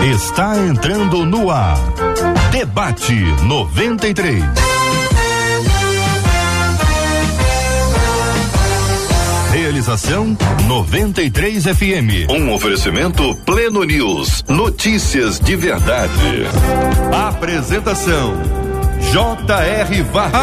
Está entrando no ar. Debate 93. Realização 93 FM. Um oferecimento Pleno News. Notícias de verdade. Apresentação J.R. Vargas.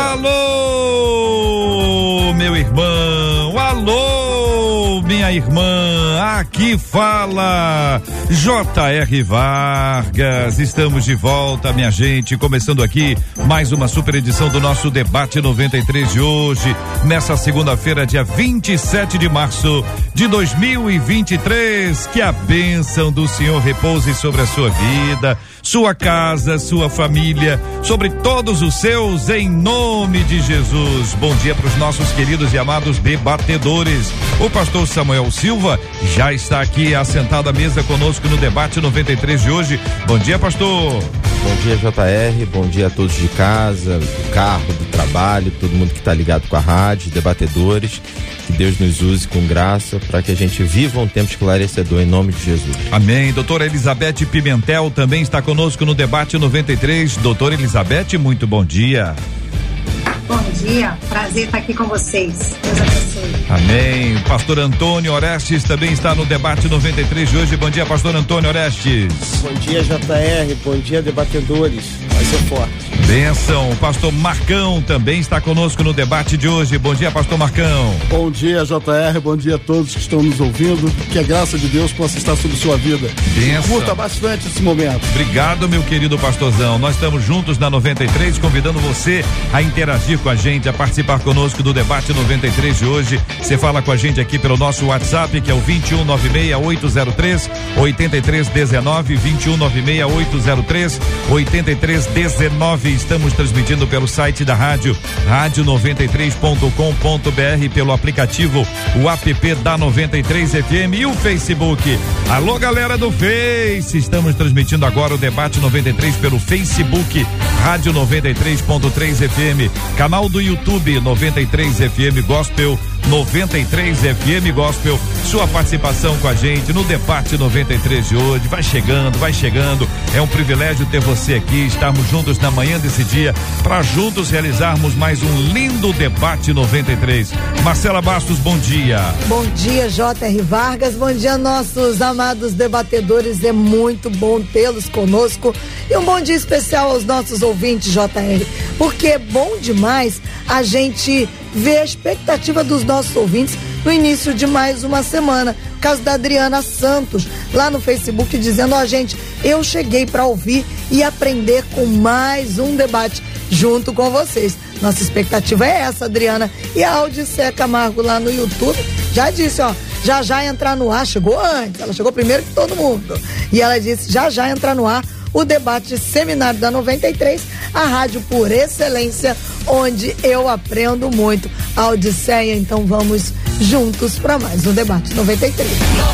Alô, meu irmão. Alô, minha irmã. Aqui fala J.R. Vargas. Estamos de volta, minha gente, começando aqui mais uma super edição do nosso Debate 93 de hoje, nessa segunda-feira, dia 27 de março de 2023. Que a bênção do Senhor repouse sobre a sua vida, sua casa, sua família, sobre todos os seus, em nome de Jesus. Bom dia para os nossos queridos e amados debatedores. O pastor Samuel Silva já está aqui assentado à mesa conosco no Debate 93 de hoje. Bom dia, pastor. Bom dia, JR, bom dia a todos de casa, do carro, do trabalho, todo mundo que está ligado com a rádio, debatedores. Que Deus nos use com graça para que a gente viva um tempo esclarecedor em nome de Jesus. Amém. Doutora Elizabeth Pimentel também está conosco no Debate 93. Doutora Elizabeth, muito bom dia. Bom dia, prazer estar aqui com vocês. Deus abençoe. Amém. Pastor Antônio Orestes também está no Debate 93 de hoje. Bom dia, pastor Antônio Orestes. Bom dia, JR. Bom dia, debatedores. Vai ser forte. Bênção. Pastor Marcão também está conosco no debate de hoje. Bom dia, pastor Marcão. Bom dia, JR. Bom dia a todos que estão nos ouvindo. Que a graça de Deus possa estar sobre sua vida. Bênção. Curta bastante esse momento. Obrigado, meu querido pastorzão. Nós estamos juntos na 93, convidando você a interagir com a gente, a participar conosco do Debate 93 de hoje. Você fala com a gente aqui pelo nosso WhatsApp, que é o 2196-803-8319, 2196-803-8319. Estamos transmitindo pelo site da rádio, radio93.com.br, pelo aplicativo, o app da 93 FM e o Facebook. Alô, galera do Face, estamos transmitindo agora o Debate 93 pelo Facebook, Rádio 93.3 FM, canal do YouTube 93 FM Gospel, 93 FM Gospel. Sua participação com a gente no Debate 93 de hoje. Vai chegando, vai chegando. É um privilégio ter você aqui, estarmos juntos na manhã desse dia, para juntos realizarmos mais um lindo Debate 93. Marcela Bastos, bom dia. Bom dia, J.R. Vargas. Bom dia, nossos amados debatedores. É muito bom tê-los conosco. E um bom dia especial aos nossos ouvintes, J.R., porque é bom demais a gente ver a expectativa dos nossos ouvintes no início de mais uma semana. O caso da Adriana Santos, lá no Facebook, dizendo: ó, gente, eu cheguei para ouvir e aprender com mais um debate junto com vocês. Nossa expectativa é essa, Adriana. E a Audicé Camargo lá no YouTube já disse, ó, já entrar no ar. Chegou antes, ela chegou primeiro que todo mundo. E ela disse, já entrar no ar o debate seminário da 93, a rádio por excelência, onde eu aprendo muito. A Odisseia, então vamos juntos para mais um Debate 93.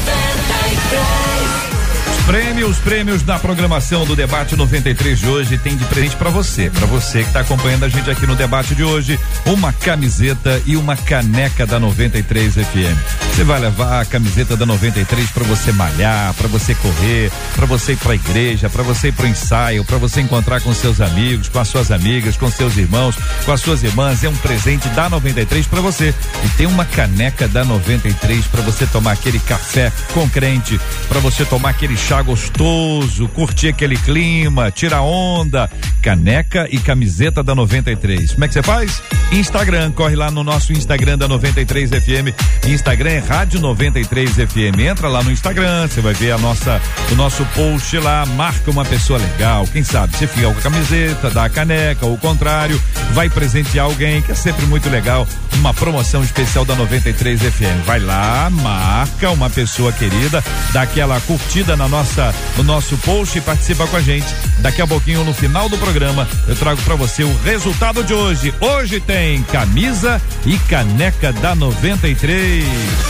Os prêmios da programação do Debate 93 de hoje tem de presente para você que está acompanhando a gente aqui no debate de hoje, uma camiseta e uma caneca da 93 FM. Você vai levar a camiseta da 93 para você malhar, para você correr, para você ir para a igreja, para você ir para o ensaio, para você encontrar com seus amigos, com as suas amigas, com seus irmãos, com as suas irmãs. É um presente da 93 para você. E tem uma caneca da 93 para você tomar aquele café com crente, para você tomar aquele chá gostoso, curtir aquele clima, tirar onda. Caneca e camiseta da 93. Como é que você faz? Instagram, corre lá no nosso Instagram da 93 FM. Instagram é Rádio 93 FM. Entra lá no Instagram, você vai ver o nosso post lá, marca uma pessoa legal. Quem sabe você fica com a camiseta, dá a caneca, ou o contrário, vai presentear alguém, que é sempre muito legal. Uma promoção especial da 93 FM. Vai lá, marca uma pessoa querida, dá aquela curtida no nosso post e participa com a gente. Daqui a pouquinho, no final do programa, eu trago para você o resultado de hoje. Hoje tem camisa e caneca da 93.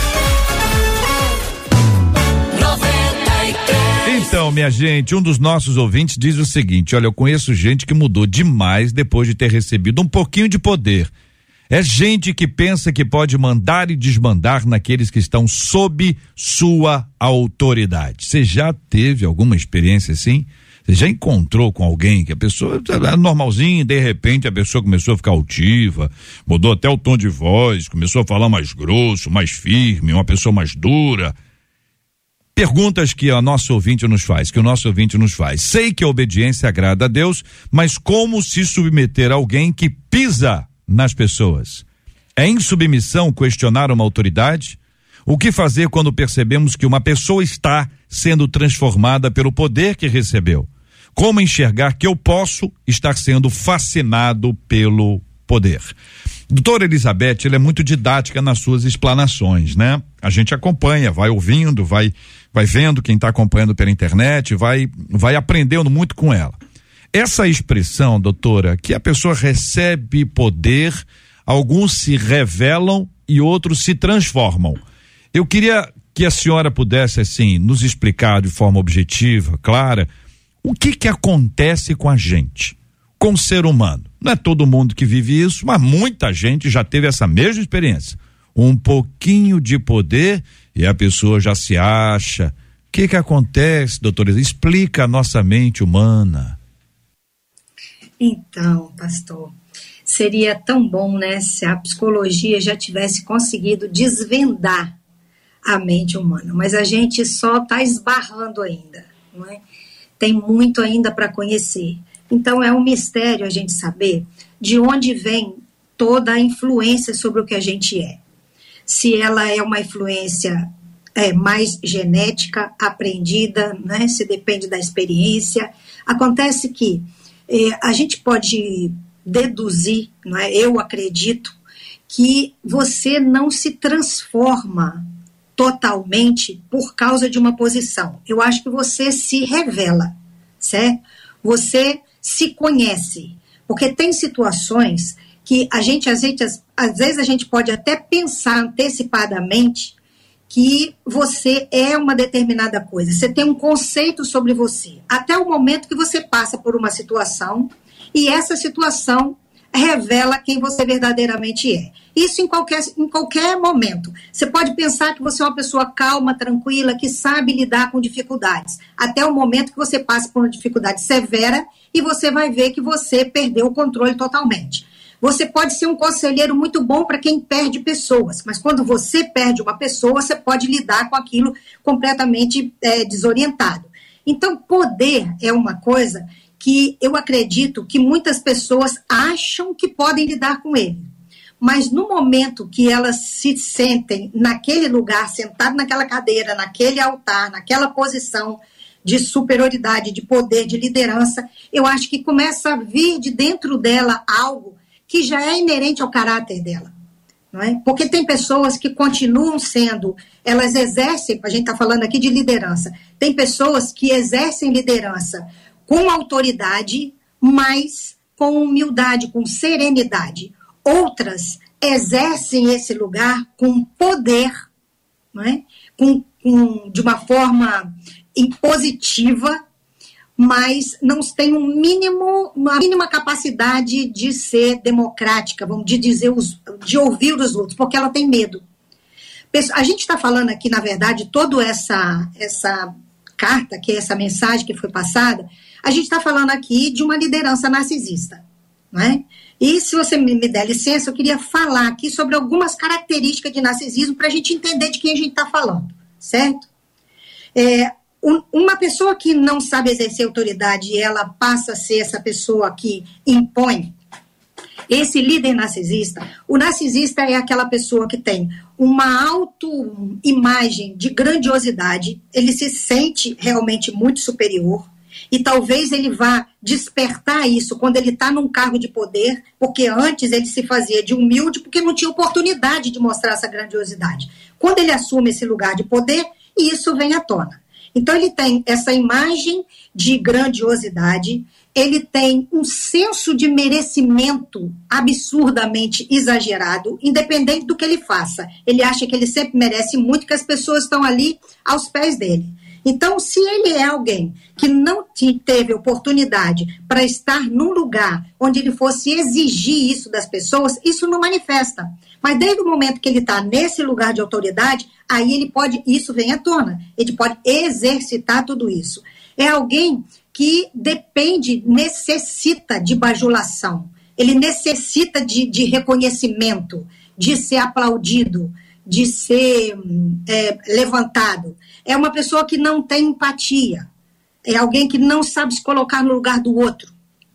Então, minha gente, um dos nossos ouvintes diz o seguinte: olha, eu conheço gente que mudou demais depois de ter recebido um pouquinho de poder. É gente que pensa que pode mandar e desmandar naqueles que estão sob sua autoridade. Você já teve alguma experiência assim? Você já encontrou com alguém que a pessoa era normalzinha e de repente a pessoa começou a ficar altiva, mudou até o tom de voz, começou a falar mais grosso, mais firme, uma pessoa mais dura? Perguntas que o nosso ouvinte nos faz. Sei que a obediência agrada a Deus, mas como se submeter a alguém que pisa nas pessoas? É insubmissão questionar uma autoridade? O que fazer quando percebemos que uma pessoa está sendo transformada pelo poder que recebeu? Como enxergar que eu posso estar sendo fascinado pelo poder? Doutora Elizabeth, ela é muito didática nas suas explanações, né? A gente acompanha, vai ouvindo, vai vendo quem está acompanhando pela internet, vai aprendendo muito com ela. Essa expressão, doutora, que a pessoa recebe poder, alguns se revelam e outros se transformam. Eu queria que a senhora pudesse, assim, nos explicar de forma objetiva, clara, o que acontece com a gente, com o ser humano. Não é todo mundo que vive isso, mas muita gente já teve essa mesma experiência. Um pouquinho de poder e a pessoa já se acha. O que acontece, doutora? Explica a nossa mente humana. Então, pastor, seria tão bom, né, se a psicologia já tivesse conseguido desvendar a mente humana, mas a gente só está esbarrando ainda, não é? Tem muito ainda para conhecer. Então é um mistério a gente saber de onde vem toda a influência sobre o que a gente é. Se ela é uma influência mais genética, aprendida, né? Se depende da experiência. Acontece que a gente pode deduzir, não é? Eu acredito que você não se transforma totalmente por causa de uma posição. Eu acho que você se revela, certo? Você se conhece, porque tem situações que às vezes a gente pode até pensar antecipadamente que você é uma determinada coisa, você tem um conceito sobre você, até o momento que você passa por uma situação e essa situação revela quem você verdadeiramente é. Isso em qualquer momento. Você pode pensar que você é uma pessoa calma, tranquila, que sabe lidar com dificuldades, até o momento que você passa por uma dificuldade severa e você vai ver que você perdeu o controle totalmente. Você pode ser um conselheiro muito bom para quem perde pessoas, mas quando você perde uma pessoa, você pode lidar com aquilo completamente desorientado. Então, poder é uma coisa que eu acredito que muitas pessoas acham que podem lidar com ele. Mas no momento que elas se sentem naquele lugar, sentado naquela cadeira, naquele altar, naquela posição de superioridade, de poder, de liderança, eu acho que começa a vir de dentro dela algo que já é inerente ao caráter dela. Não é? Porque tem pessoas que continuam sendo, elas exercem, a gente está falando aqui de liderança, tem pessoas que exercem liderança com autoridade, mas com humildade, com serenidade. Outras exercem esse lugar com poder, não é? De uma forma impositiva, mas não tem uma mínima capacidade de ser democrática, de ouvir os outros, porque ela tem medo. A gente está falando aqui, na verdade, toda essa carta, que é essa mensagem que foi passada, a gente está falando aqui de uma liderança narcisista, não é? E se você me der licença, eu queria falar aqui sobre algumas características de narcisismo para a gente entender de quem a gente está falando, certo? Uma pessoa que não sabe exercer autoridade e ela passa a ser essa pessoa que impõe, esse líder narcisista, o narcisista é aquela pessoa que tem uma autoimagem de grandiosidade, ele se sente realmente muito superior, e talvez ele vá despertar isso quando ele está num cargo de poder, porque antes ele se fazia de humilde porque não tinha oportunidade de mostrar essa grandiosidade. Quando ele assume esse lugar de poder, isso vem à tona. Então ele tem essa imagem de grandiosidade, ele tem um senso de merecimento absurdamente exagerado, independente do que ele faça. Ele acha que ele sempre merece muito, que as pessoas estão ali aos pés dele. Então, se ele é alguém que não teve oportunidade para estar num lugar onde ele fosse exigir isso das pessoas, isso não manifesta. Mas desde o momento que ele está nesse lugar de autoridade, aí ele pode, isso vem à tona, ele pode exercitar tudo isso. É alguém que necessita de bajulação, ele necessita de reconhecimento, de ser aplaudido, de ser levantado. É uma pessoa que não tem empatia. É alguém que não sabe se colocar no lugar do outro.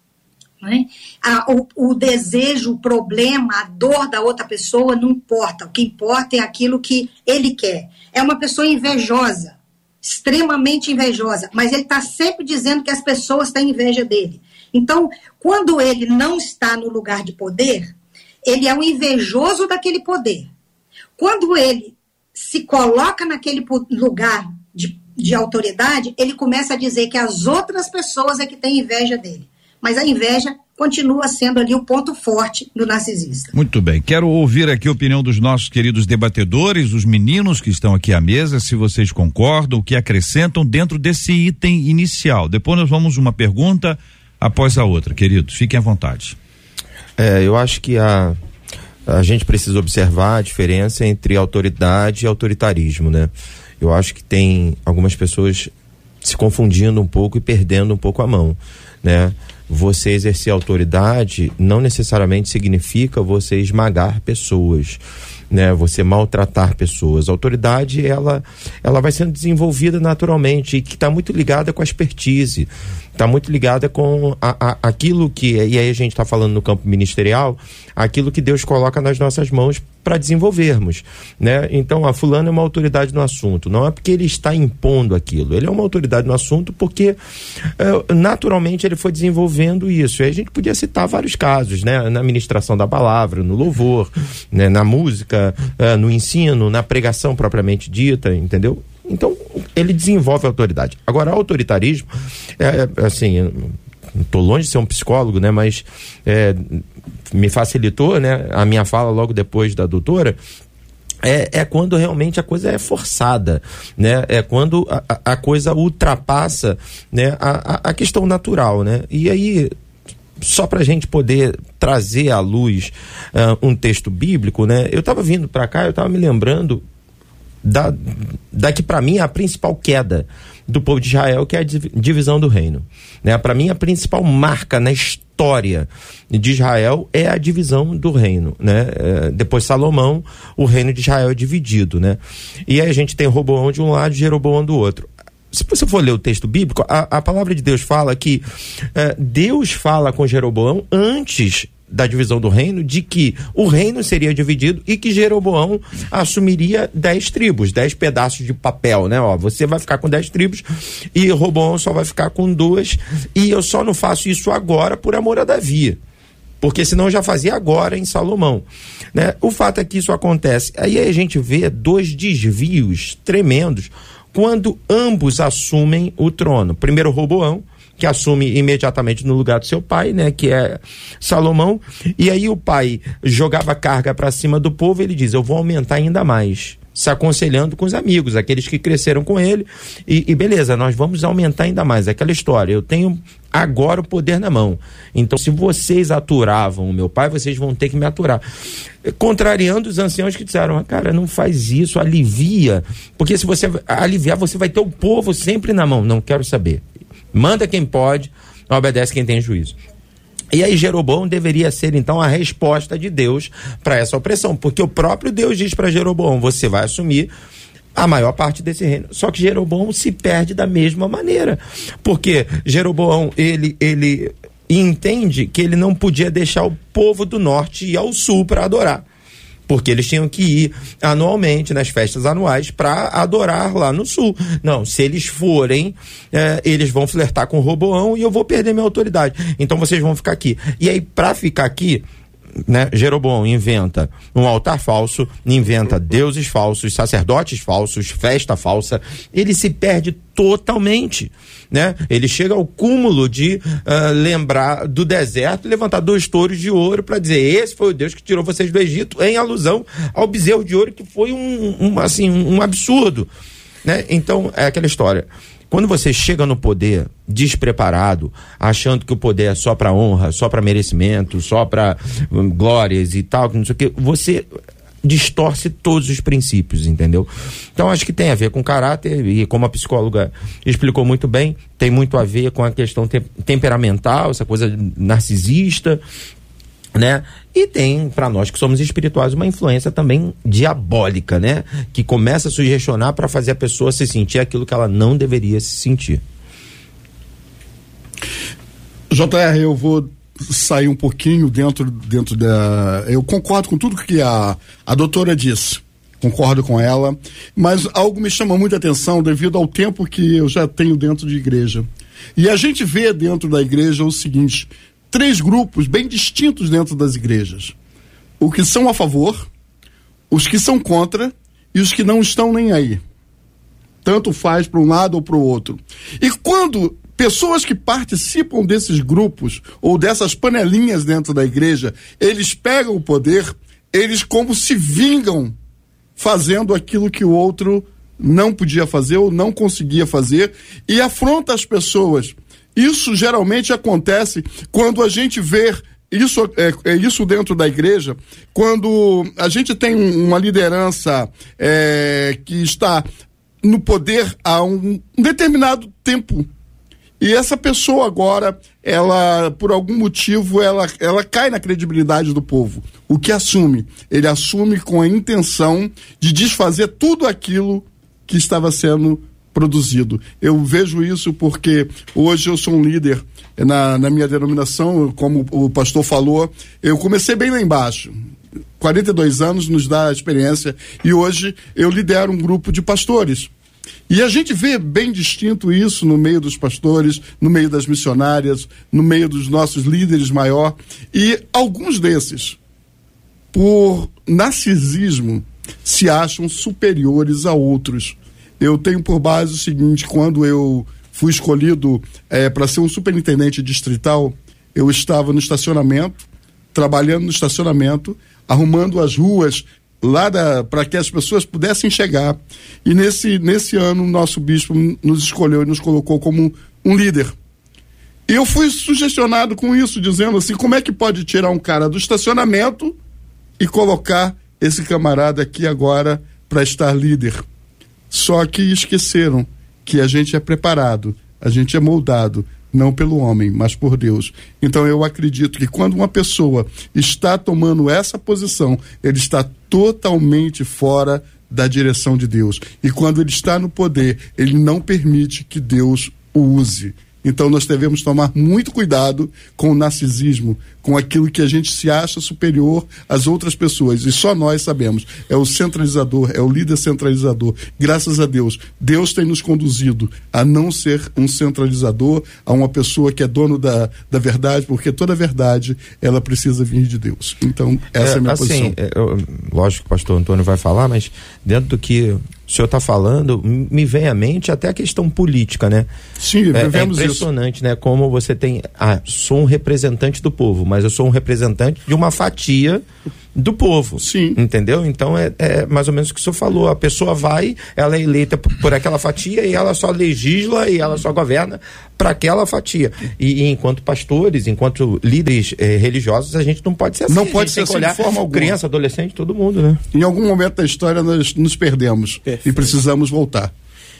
Né? O desejo, o problema, a dor da outra pessoa não importa. O que importa é aquilo que ele quer. É uma pessoa invejosa, extremamente invejosa, mas ele está sempre dizendo que as pessoas têm inveja dele. Então, quando ele não está no lugar de poder, ele é um invejoso daquele poder. Quando ele se coloca naquele lugar de autoridade, ele começa a dizer que as outras pessoas é que têm inveja dele. Mas a inveja continua sendo ali o ponto forte do narcisista. Muito bem, quero ouvir aqui a opinião dos nossos queridos debatedores, os meninos que estão aqui à mesa, se vocês concordam, o que acrescentam dentro desse item inicial. Depois nós vamos uma pergunta após a outra, queridos, fiquem à vontade. Eu acho que a gente precisa observar a diferença entre autoridade e autoritarismo, né? Eu acho que tem algumas pessoas se confundindo um pouco e perdendo um pouco a mão, né? Você exercer autoridade não necessariamente significa você esmagar pessoas, né? Você maltratar pessoas. A autoridade, ela vai sendo desenvolvida naturalmente e que está muito ligada com a expertise, está muito ligada com aquilo que, e aí a gente está falando no campo ministerial, aquilo que Deus coloca nas nossas mãos para desenvolvermos, né? Então, a fulano é uma autoridade no assunto, não é porque ele está impondo aquilo, ele é uma autoridade no assunto porque naturalmente ele foi desenvolvendo isso. E aí a gente podia citar vários casos, né? Na ministração da palavra, no louvor, né? Na música, no ensino, na pregação propriamente dita, entendeu? Então, ele desenvolve a autoridade. Agora, o autoritarismo, assim, estou longe de ser um psicólogo, né? Mas me facilitou, né? A minha fala logo depois da doutora. É quando realmente a coisa é forçada, né? É quando a coisa ultrapassa, né? A questão natural, né? E aí, só para a gente poder trazer à luz um texto bíblico, né? Eu estava vindo para cá, eu estava me lembrando da que para mim é a principal queda do povo de Israel, que é a divisão do reino, né? Para mim a principal marca na história de Israel é a divisão do reino, né? Depois Salomão, o reino de Israel é dividido, né? E aí a gente tem Roboão de um lado e Jeroboão do outro. Se você for ler o texto bíblico, a palavra de Deus fala que Deus fala com Jeroboão antes da divisão do reino, de que o reino seria dividido e que Jeroboão assumiria 10 tribos, 10 pedaços de papel, né? Ó, você vai ficar com 10 tribos e Roboão só vai ficar com 2, e eu só não faço isso agora por amor a Davi, porque senão eu já fazia agora em Salomão, né? O fato é que isso acontece, aí a gente vê 2 desvios tremendos quando ambos assumem o trono. Primeiro Roboão, que assume imediatamente no lugar do seu pai, né, que é Salomão, e aí o pai jogava carga para cima do povo, ele diz, eu vou aumentar ainda mais, se aconselhando com os amigos, aqueles que cresceram com ele, e beleza, nós vamos aumentar ainda mais, aquela história, eu tenho agora o poder na mão, então se vocês aturavam o meu pai, vocês vão ter que me aturar, contrariando os anciãos que disseram, cara, não faz isso, alivia, porque se você aliviar, você vai ter o povo sempre na mão, não quero saber. Manda quem pode, obedece quem tem juízo. E aí Jeroboão deveria ser então a resposta de Deus para essa opressão, porque o próprio Deus diz para Jeroboão, você vai assumir a maior parte desse reino. Só que Jeroboão se perde da mesma maneira, porque Jeroboão ele entende que ele não podia deixar o povo do norte ir ao sul para adorar, porque eles tinham que ir anualmente nas festas anuais para adorar lá no sul. Não, se eles forem, eles vão flertar com Roboão e eu vou perder minha autoridade. Então vocês vão ficar aqui. E aí, para ficar aqui, né, Jeroboão inventa um altar falso, inventa deuses falsos, sacerdotes falsos, festa falsa. Ele se perde totalmente, né? Ele chega ao cúmulo de lembrar do deserto e levantar 2 touros de ouro para dizer, esse foi o Deus que tirou vocês do Egito, em alusão ao bezerro de ouro, que foi um absurdo. né? Então, é aquela história. Quando você chega no poder despreparado, achando que o poder é só para honra, só para merecimento, só para glórias e tal, não sei o que, você distorce todos os princípios, entendeu? Então acho que tem a ver com caráter e, como a psicóloga explicou muito bem, tem muito a ver com a questão temperamental, essa coisa narcisista, né? E tem, para nós que somos espirituais, uma influência também diabólica, né? Que começa a sugestionar para fazer a pessoa se sentir aquilo que ela não deveria se sentir. JR, eu vou sair um pouquinho dentro da... Eu concordo com tudo que a doutora disse, concordo com ela, mas algo me chama muita atenção devido ao tempo que eu já tenho dentro de igreja. E a gente vê dentro da igreja o seguinte: 3 grupos bem distintos dentro das igrejas. Os que são a favor, os que são contra e os que não estão nem aí. Tanto faz para um lado ou para o outro. E quando pessoas que participam desses grupos ou dessas panelinhas dentro da igreja, eles pegam o poder, eles como se vingam fazendo aquilo que o outro não podia fazer ou não conseguia fazer e afronta as pessoas. Isso geralmente acontece quando a gente vê isso dentro da igreja, quando a gente tem uma liderança que está no poder há um determinado tempo. E essa pessoa agora, ela, por algum motivo, ela cai na credibilidade do povo. O que assume? Ele assume com a intenção de desfazer tudo aquilo que estava sendo produzido. Eu vejo isso porque hoje eu sou um líder na minha denominação, como o pastor falou, eu comecei bem lá embaixo. 42 anos nos dá a experiência e hoje eu lidero um grupo de pastores. E a gente vê bem distinto isso no meio dos pastores, no meio das missionárias, no meio dos nossos líderes maior. E alguns desses, por narcisismo, se acham superiores a outros. Eu tenho por base o seguinte: quando eu fui escolhido para ser um superintendente distrital, eu estava no estacionamento, trabalhando no estacionamento, arrumando as ruas lá para que as pessoas pudessem chegar. E nesse ano, o nosso bispo nos escolheu e nos colocou como um líder. E eu fui sugestionado com isso, dizendo assim: como é que pode tirar um cara do estacionamento e colocar esse camarada aqui agora para estar líder? Só que esqueceram que a gente é preparado, a gente é moldado, não pelo homem, mas por Deus. Então eu acredito que quando uma pessoa está tomando essa posição, ele está totalmente fora da direção de Deus. E quando ele está no poder, ele não permite que Deus o use. Então nós devemos tomar muito cuidado com o narcisismo, com aquilo que a gente se acha superior às outras pessoas. E só nós sabemos. É o centralizador, é o líder centralizador. Graças a Deus, Deus tem nos conduzido a não ser um centralizador, a uma pessoa que é dono da verdade, porque toda verdade, ela precisa vir de Deus. Então, essa é a minha posição. Lógico que o pastor Antônio vai falar, mas dentro do que o senhor está falando, me vem à mente até a questão política, né? Sim, vivemos isso. É impressionante, né? Como você tem... sou um representante do povo, mas eu sou um representante de uma fatia do povo. Sim. Entendeu? Então é mais ou menos o que o senhor falou. A pessoa vai, ela é eleita por aquela fatia e ela só legisla e ela só governa para aquela fatia. E enquanto pastores, enquanto líderes religiosos, a gente não pode ser assim. Não pode ser assim de forma alguma. Criança, adolescente, todo mundo, né? Em algum momento da história nós nos perdemos. Perfeito. E precisamos voltar.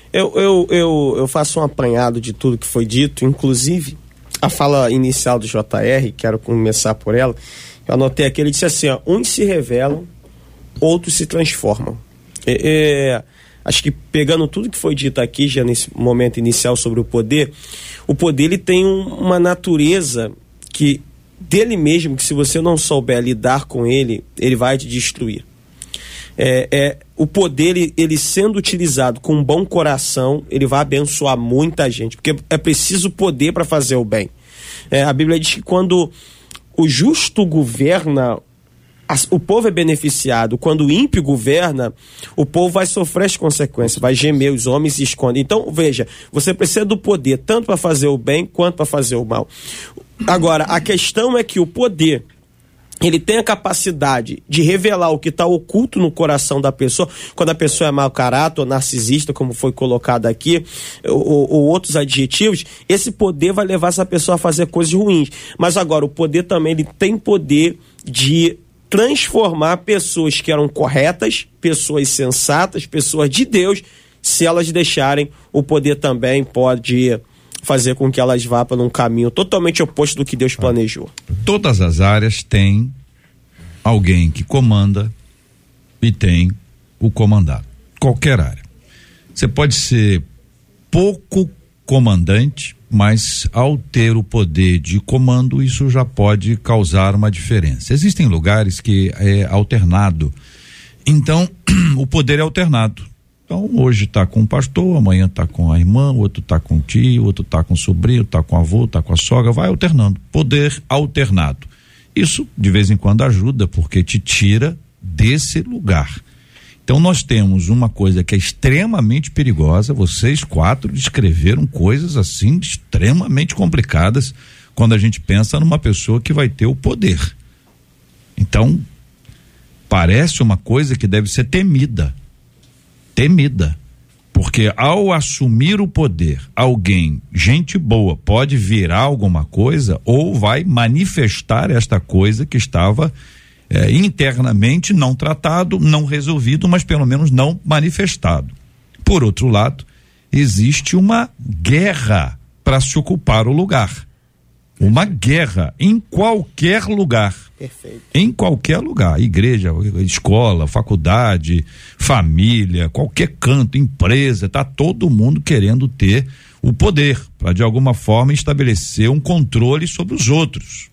Eu faço um apanhado de tudo que foi dito, inclusive a fala inicial do JR, quero começar por ela. Eu anotei aqui, ele disse assim: uns se revelam, outros se transformam. Acho que pegando tudo que foi dito aqui já nesse momento inicial sobre o poder ele tem uma natureza que dele mesmo, que se você não souber lidar com ele vai te destruir. O poder, ele sendo utilizado com um bom coração, ele vai abençoar muita gente, porque é preciso poder para fazer o bem. A Bíblia diz que quando o justo governa, o povo é beneficiado. Quando o ímpio governa, o povo vai sofrer as consequências, vai gemer, os homens se escondem. Então, veja, você precisa do poder tanto para fazer o bem quanto para fazer o mal. Agora, a questão é que o poder, ele tem a capacidade de revelar o que está oculto no coração da pessoa, quando a pessoa é mau caráter ou narcisista, como foi colocado aqui, ou outros adjetivos, esse poder vai levar essa pessoa a fazer coisas ruins. Mas agora, o poder também, ele tem poder de transformar pessoas que eram corretas, pessoas sensatas, pessoas de Deus, se elas deixarem. O poder também pode fazer com que elas vá para um caminho totalmente oposto do que Deus planejou. Todas as áreas têm alguém que comanda e tem o comandado. Qualquer área. Você pode ser pouco comandante, mas ao ter o poder de comando, isso já pode causar uma diferença. Existem lugares que é alternado. Então, o poder é alternado. Então, hoje está com o pastor, amanhã está com a irmã, outro está com o tio, outro está com o sobrinho, está com o avô, está com a sogra, vai alternando. Poder alternado. Isso, de vez em quando, ajuda, porque te tira desse lugar. Então, nós temos uma coisa que é extremamente perigosa. Vocês 4 descreveram coisas assim, extremamente complicadas, quando a gente pensa numa pessoa que vai ter o poder. Então, parece uma coisa que deve ser temida, porque ao assumir o poder, alguém, gente boa, pode virar alguma coisa ou vai manifestar esta coisa que estava internamente não tratado, não resolvido, mas pelo menos não manifestado. Por outro lado, existe uma guerra para se ocupar o lugar. Uma guerra em qualquer lugar. Perfeito. Em qualquer lugar, igreja, escola, faculdade, família, qualquer canto, empresa, tá todo mundo querendo ter o poder para de alguma forma estabelecer um controle sobre os outros.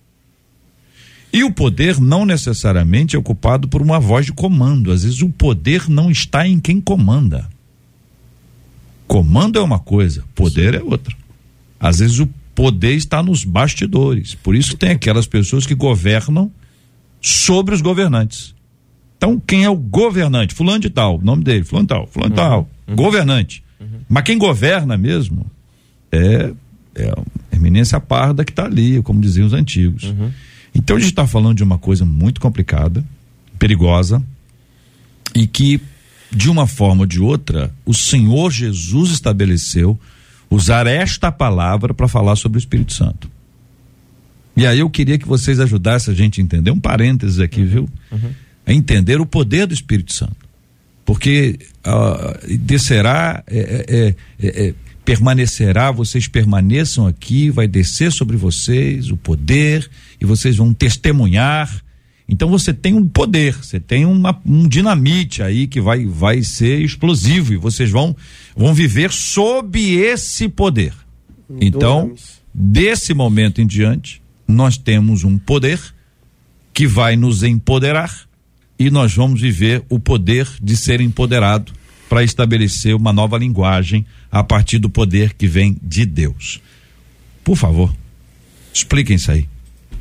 E o poder não necessariamente é ocupado por uma voz de comando. Às vezes o poder não está em quem comanda. Comando é uma coisa, poder é outra. Às vezes o poder está nos bastidores. Por isso tem aquelas pessoas que governam sobre os governantes. Então, quem é o governante? Fulano de tal, o nome dele, fulano tal, governante. Mas quem governa mesmo é a eminência parda que está ali, como diziam os antigos. Então, a gente está falando de uma coisa muito complicada, perigosa, e que, de uma forma ou de outra, o Senhor Jesus estabeleceu usar esta palavra para falar sobre o Espírito Santo. E aí eu queria que vocês ajudassem a gente a entender, um parênteses aqui, viu? A entender o poder do Espírito Santo. Porque descerá, permanecerá, vocês permaneçam aqui, vai descer sobre vocês o poder e vocês vão testemunhar. Então você tem um poder, você tem um dinamite aí que vai ser explosivo e vocês vão viver sob esse poder. Então, desse momento em diante, nós temos um poder que vai nos empoderar e nós vamos viver o poder de ser empoderado para estabelecer uma nova linguagem a partir do poder que vem de Deus. Por favor, expliquem isso aí.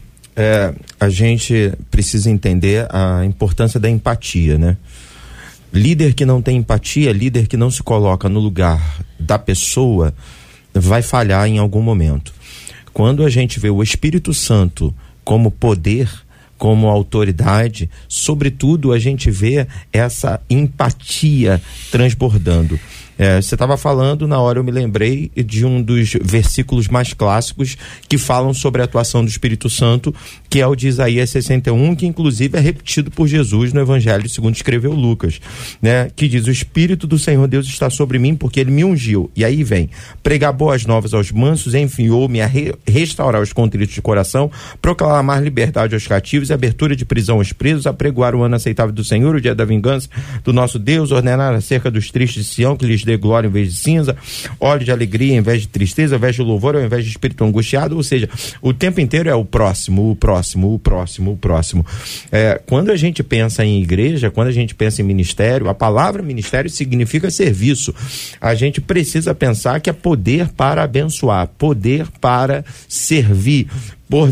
A gente precisa entender a importância da empatia, né? Líder que não tem empatia, líder que não se coloca no lugar da pessoa, vai falhar em algum momento. Quando a gente vê o Espírito Santo como poder, como autoridade, sobretudo a gente vê essa empatia transbordando. Você estava falando, na hora eu me lembrei de um dos versículos mais clássicos que falam sobre a atuação do Espírito Santo, que é o de Isaías 61, que inclusive é repetido por Jesus no Evangelho segundo escreveu Lucas, né? Que diz: o Espírito do Senhor Deus está sobre mim porque ele me ungiu. E aí vem: pregar boas novas aos mansos, enviou-me a restaurar os contritos de coração, proclamar liberdade aos cativos e abertura de prisão aos presos, apregoar o ano aceitável do Senhor, o dia da vingança do nosso Deus, ordenar acerca dos tristes de Sião, que lhes dê glória em vez de cinza, óleo de alegria em vez de tristeza, veste de louvor ao invés de espírito angustiado. Ou seja, o tempo inteiro é o próximo, o próximo, o próximo, o próximo. Quando a gente pensa em igreja, quando a gente pensa em ministério, a palavra ministério significa serviço. A gente precisa pensar que é poder para abençoar, poder para servir,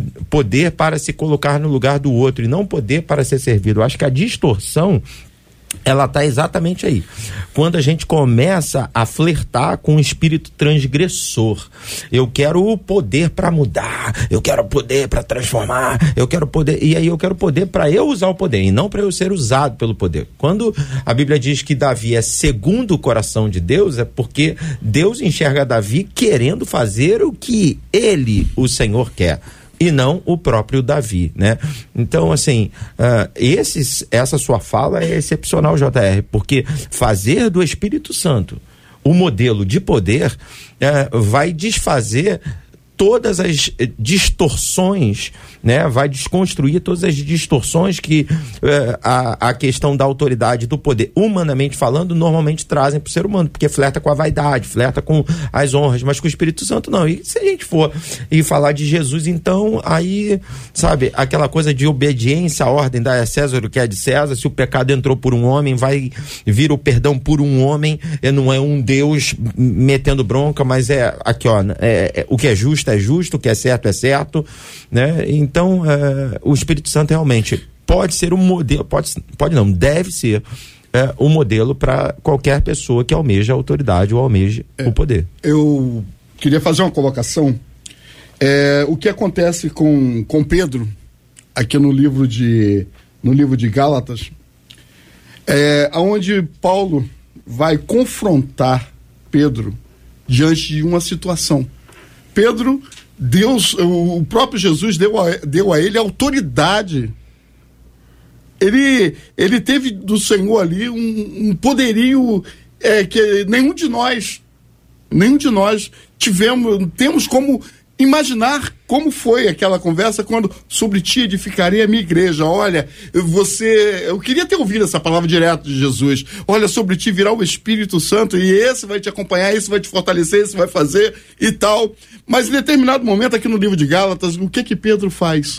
poder para se colocar no lugar do outro e não poder para ser servido. Eu acho que a distorção ela está exatamente aí. Quando a gente começa a flertar com o espírito transgressor. Eu quero o poder para mudar, eu quero o poder para transformar, eu quero poder, e aí eu quero poder para eu usar o poder, e não para eu ser usado pelo poder. Quando a Bíblia diz que Davi é segundo o coração de Deus, é porque Deus enxerga Davi querendo fazer o que ele, o Senhor, quer. E não o próprio Davi, né? Então, assim, essa sua fala é excepcional, JR, porque fazer do Espírito Santo o modelo de poder vai desfazer todas as distorções, né? Vai desconstruir todas as distorções que a questão da autoridade, do poder, humanamente falando, normalmente trazem para o ser humano, porque flerta com a vaidade, flerta com as honras, mas com o Espírito Santo não. E se a gente for e falar de Jesus, então, aí, sabe, aquela coisa de obediência à ordem, dar a César o que é de César, se o pecado entrou por um homem, vai vir o perdão por um homem, não é um Deus metendo bronca, mas aqui, ó, o que é justo, o que é certo, né? Então, o Espírito Santo realmente pode ser um modelo, pode não, deve ser um modelo para qualquer pessoa que almeja a autoridade ou almeja o poder. Eu queria fazer uma colocação. O que acontece com Pedro, aqui no livro de Gálatas, onde Paulo vai confrontar Pedro diante de uma situação. Pedro, o próprio Jesus deu a ele autoridade. Ele teve do Senhor ali um poderio que nenhum de nós temos como imaginar como foi aquela conversa quando sobre ti edificarei a minha igreja. Olha, eu queria ter ouvido essa palavra direto de Jesus. Olha, sobre ti virá o Espírito Santo e esse vai te acompanhar, esse vai te fortalecer, esse vai fazer e tal. Mas em determinado momento aqui no livro de Gálatas, o que Pedro faz?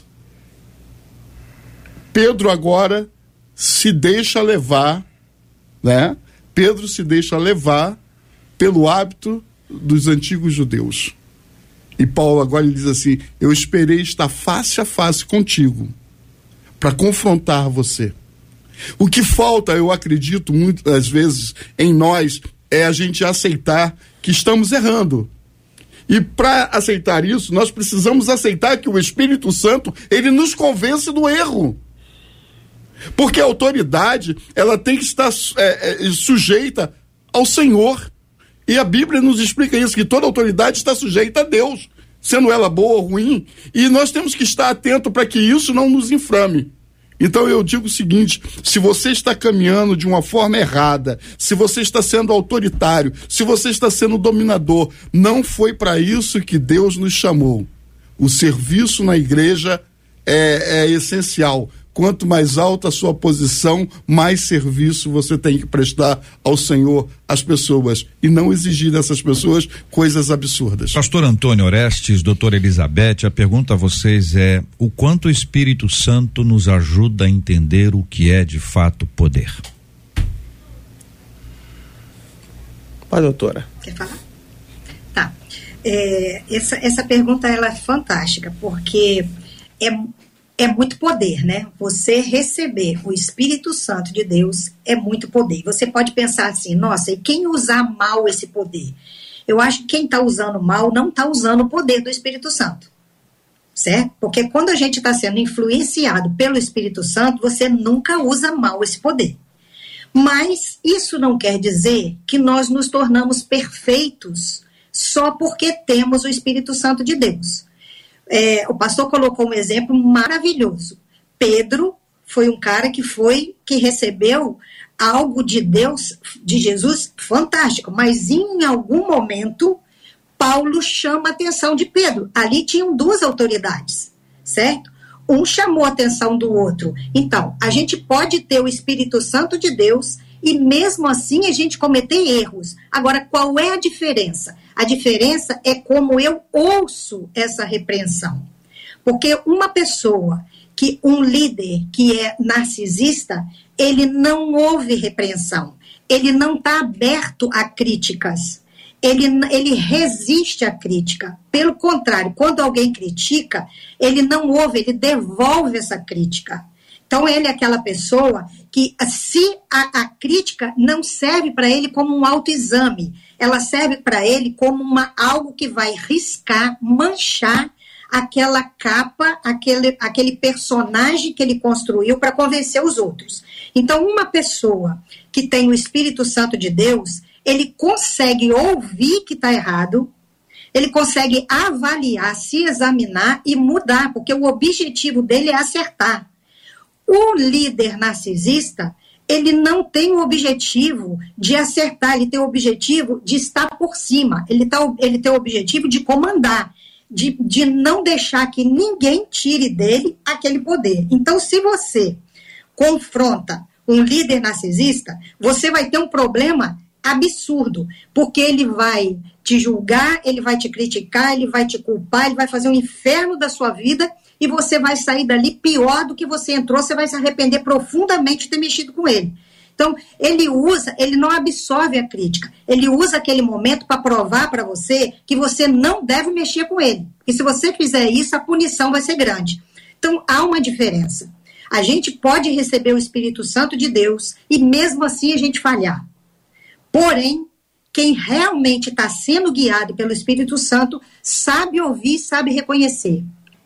Pedro agora se deixa levar, né? Pedro se deixa levar pelo hábito dos antigos judeus. E Paulo agora ele diz assim: eu esperei estar face a face contigo para confrontar você. O que falta, eu acredito, muitas vezes em nós, é a gente aceitar que estamos errando. E para aceitar isso, nós precisamos aceitar que o Espírito Santo, ele nos convence do erro. Porque a autoridade, ela tem que estar sujeita ao Senhor. E a Bíblia nos explica isso, que toda autoridade está sujeita a Deus, sendo ela boa ou ruim, e nós temos que estar atento para que isso não nos inflame. Então eu digo o seguinte: se você está caminhando de uma forma errada, se você está sendo autoritário, se você está sendo dominador, não foi para isso que Deus nos chamou. O serviço na igreja é essencial. Quanto mais alta a sua posição, mais serviço você tem que prestar ao Senhor, às pessoas, e não exigir dessas pessoas coisas absurdas. Pastor Antônio Orestes, doutora Elizabeth, a pergunta a vocês é: o quanto o Espírito Santo nos ajuda a entender o que é de fato poder? Vai, doutora. Quer falar? Tá. Essa pergunta ela é fantástica, porque é muito poder, né? Você receber o Espírito Santo de Deus é muito poder. Você pode pensar assim: nossa, e quem usar mal esse poder? Eu acho que quem está usando mal não está usando o poder do Espírito Santo, certo? Porque quando a gente está sendo influenciado pelo Espírito Santo, você nunca usa mal esse poder. Mas isso não quer dizer que nós nos tornamos perfeitos só porque temos o Espírito Santo de Deus. O pastor colocou um exemplo maravilhoso. Pedro foi um cara que recebeu algo de Deus, de Jesus, fantástico, mas em algum momento Paulo chama a atenção de Pedro. Ali tinham duas autoridades, certo? Um chamou a atenção do outro. Então, a gente pode ter o Espírito Santo de Deus e mesmo assim a gente cometer erros. Agora, qual é a diferença? A diferença é como eu ouço essa repreensão. Porque uma pessoa, um líder que é narcisista, ele não ouve repreensão. Ele não está aberto a críticas. Ele resiste à crítica. Pelo contrário, quando alguém critica, ele não ouve, ele devolve essa crítica. Então, ele é aquela pessoa que, se a crítica não serve para ele como um autoexame, ela serve para ele como algo que vai riscar, manchar aquela capa, aquele personagem que ele construiu para convencer os outros. Então, uma pessoa que tem o Espírito Santo de Deus, ele consegue ouvir que está errado, ele consegue avaliar, se examinar e mudar, porque o objetivo dele é acertar. O líder narcisista, ele não tem o objetivo de acertar, ele tem o objetivo de estar por cima, ele tem o objetivo de comandar, de não deixar que ninguém tire dele aquele poder. Então, se você confronta um líder narcisista, você vai ter um problema absurdo, porque ele vai te julgar, ele vai te criticar, ele vai te culpar, ele vai fazer um inferno da sua vida e você vai sair dali pior do que você entrou, você vai se arrepender profundamente de ter mexido com ele. Então, ele não absorve a crítica, ele usa aquele momento para provar para você que você não deve mexer com ele, porque se você fizer isso, a punição vai ser grande. Então, há uma diferença. A gente pode receber o Espírito Santo de Deus e mesmo assim a gente falhar. Porém, quem realmente está sendo guiado pelo Espírito Santo sabe ouvir, sabe reconhecer.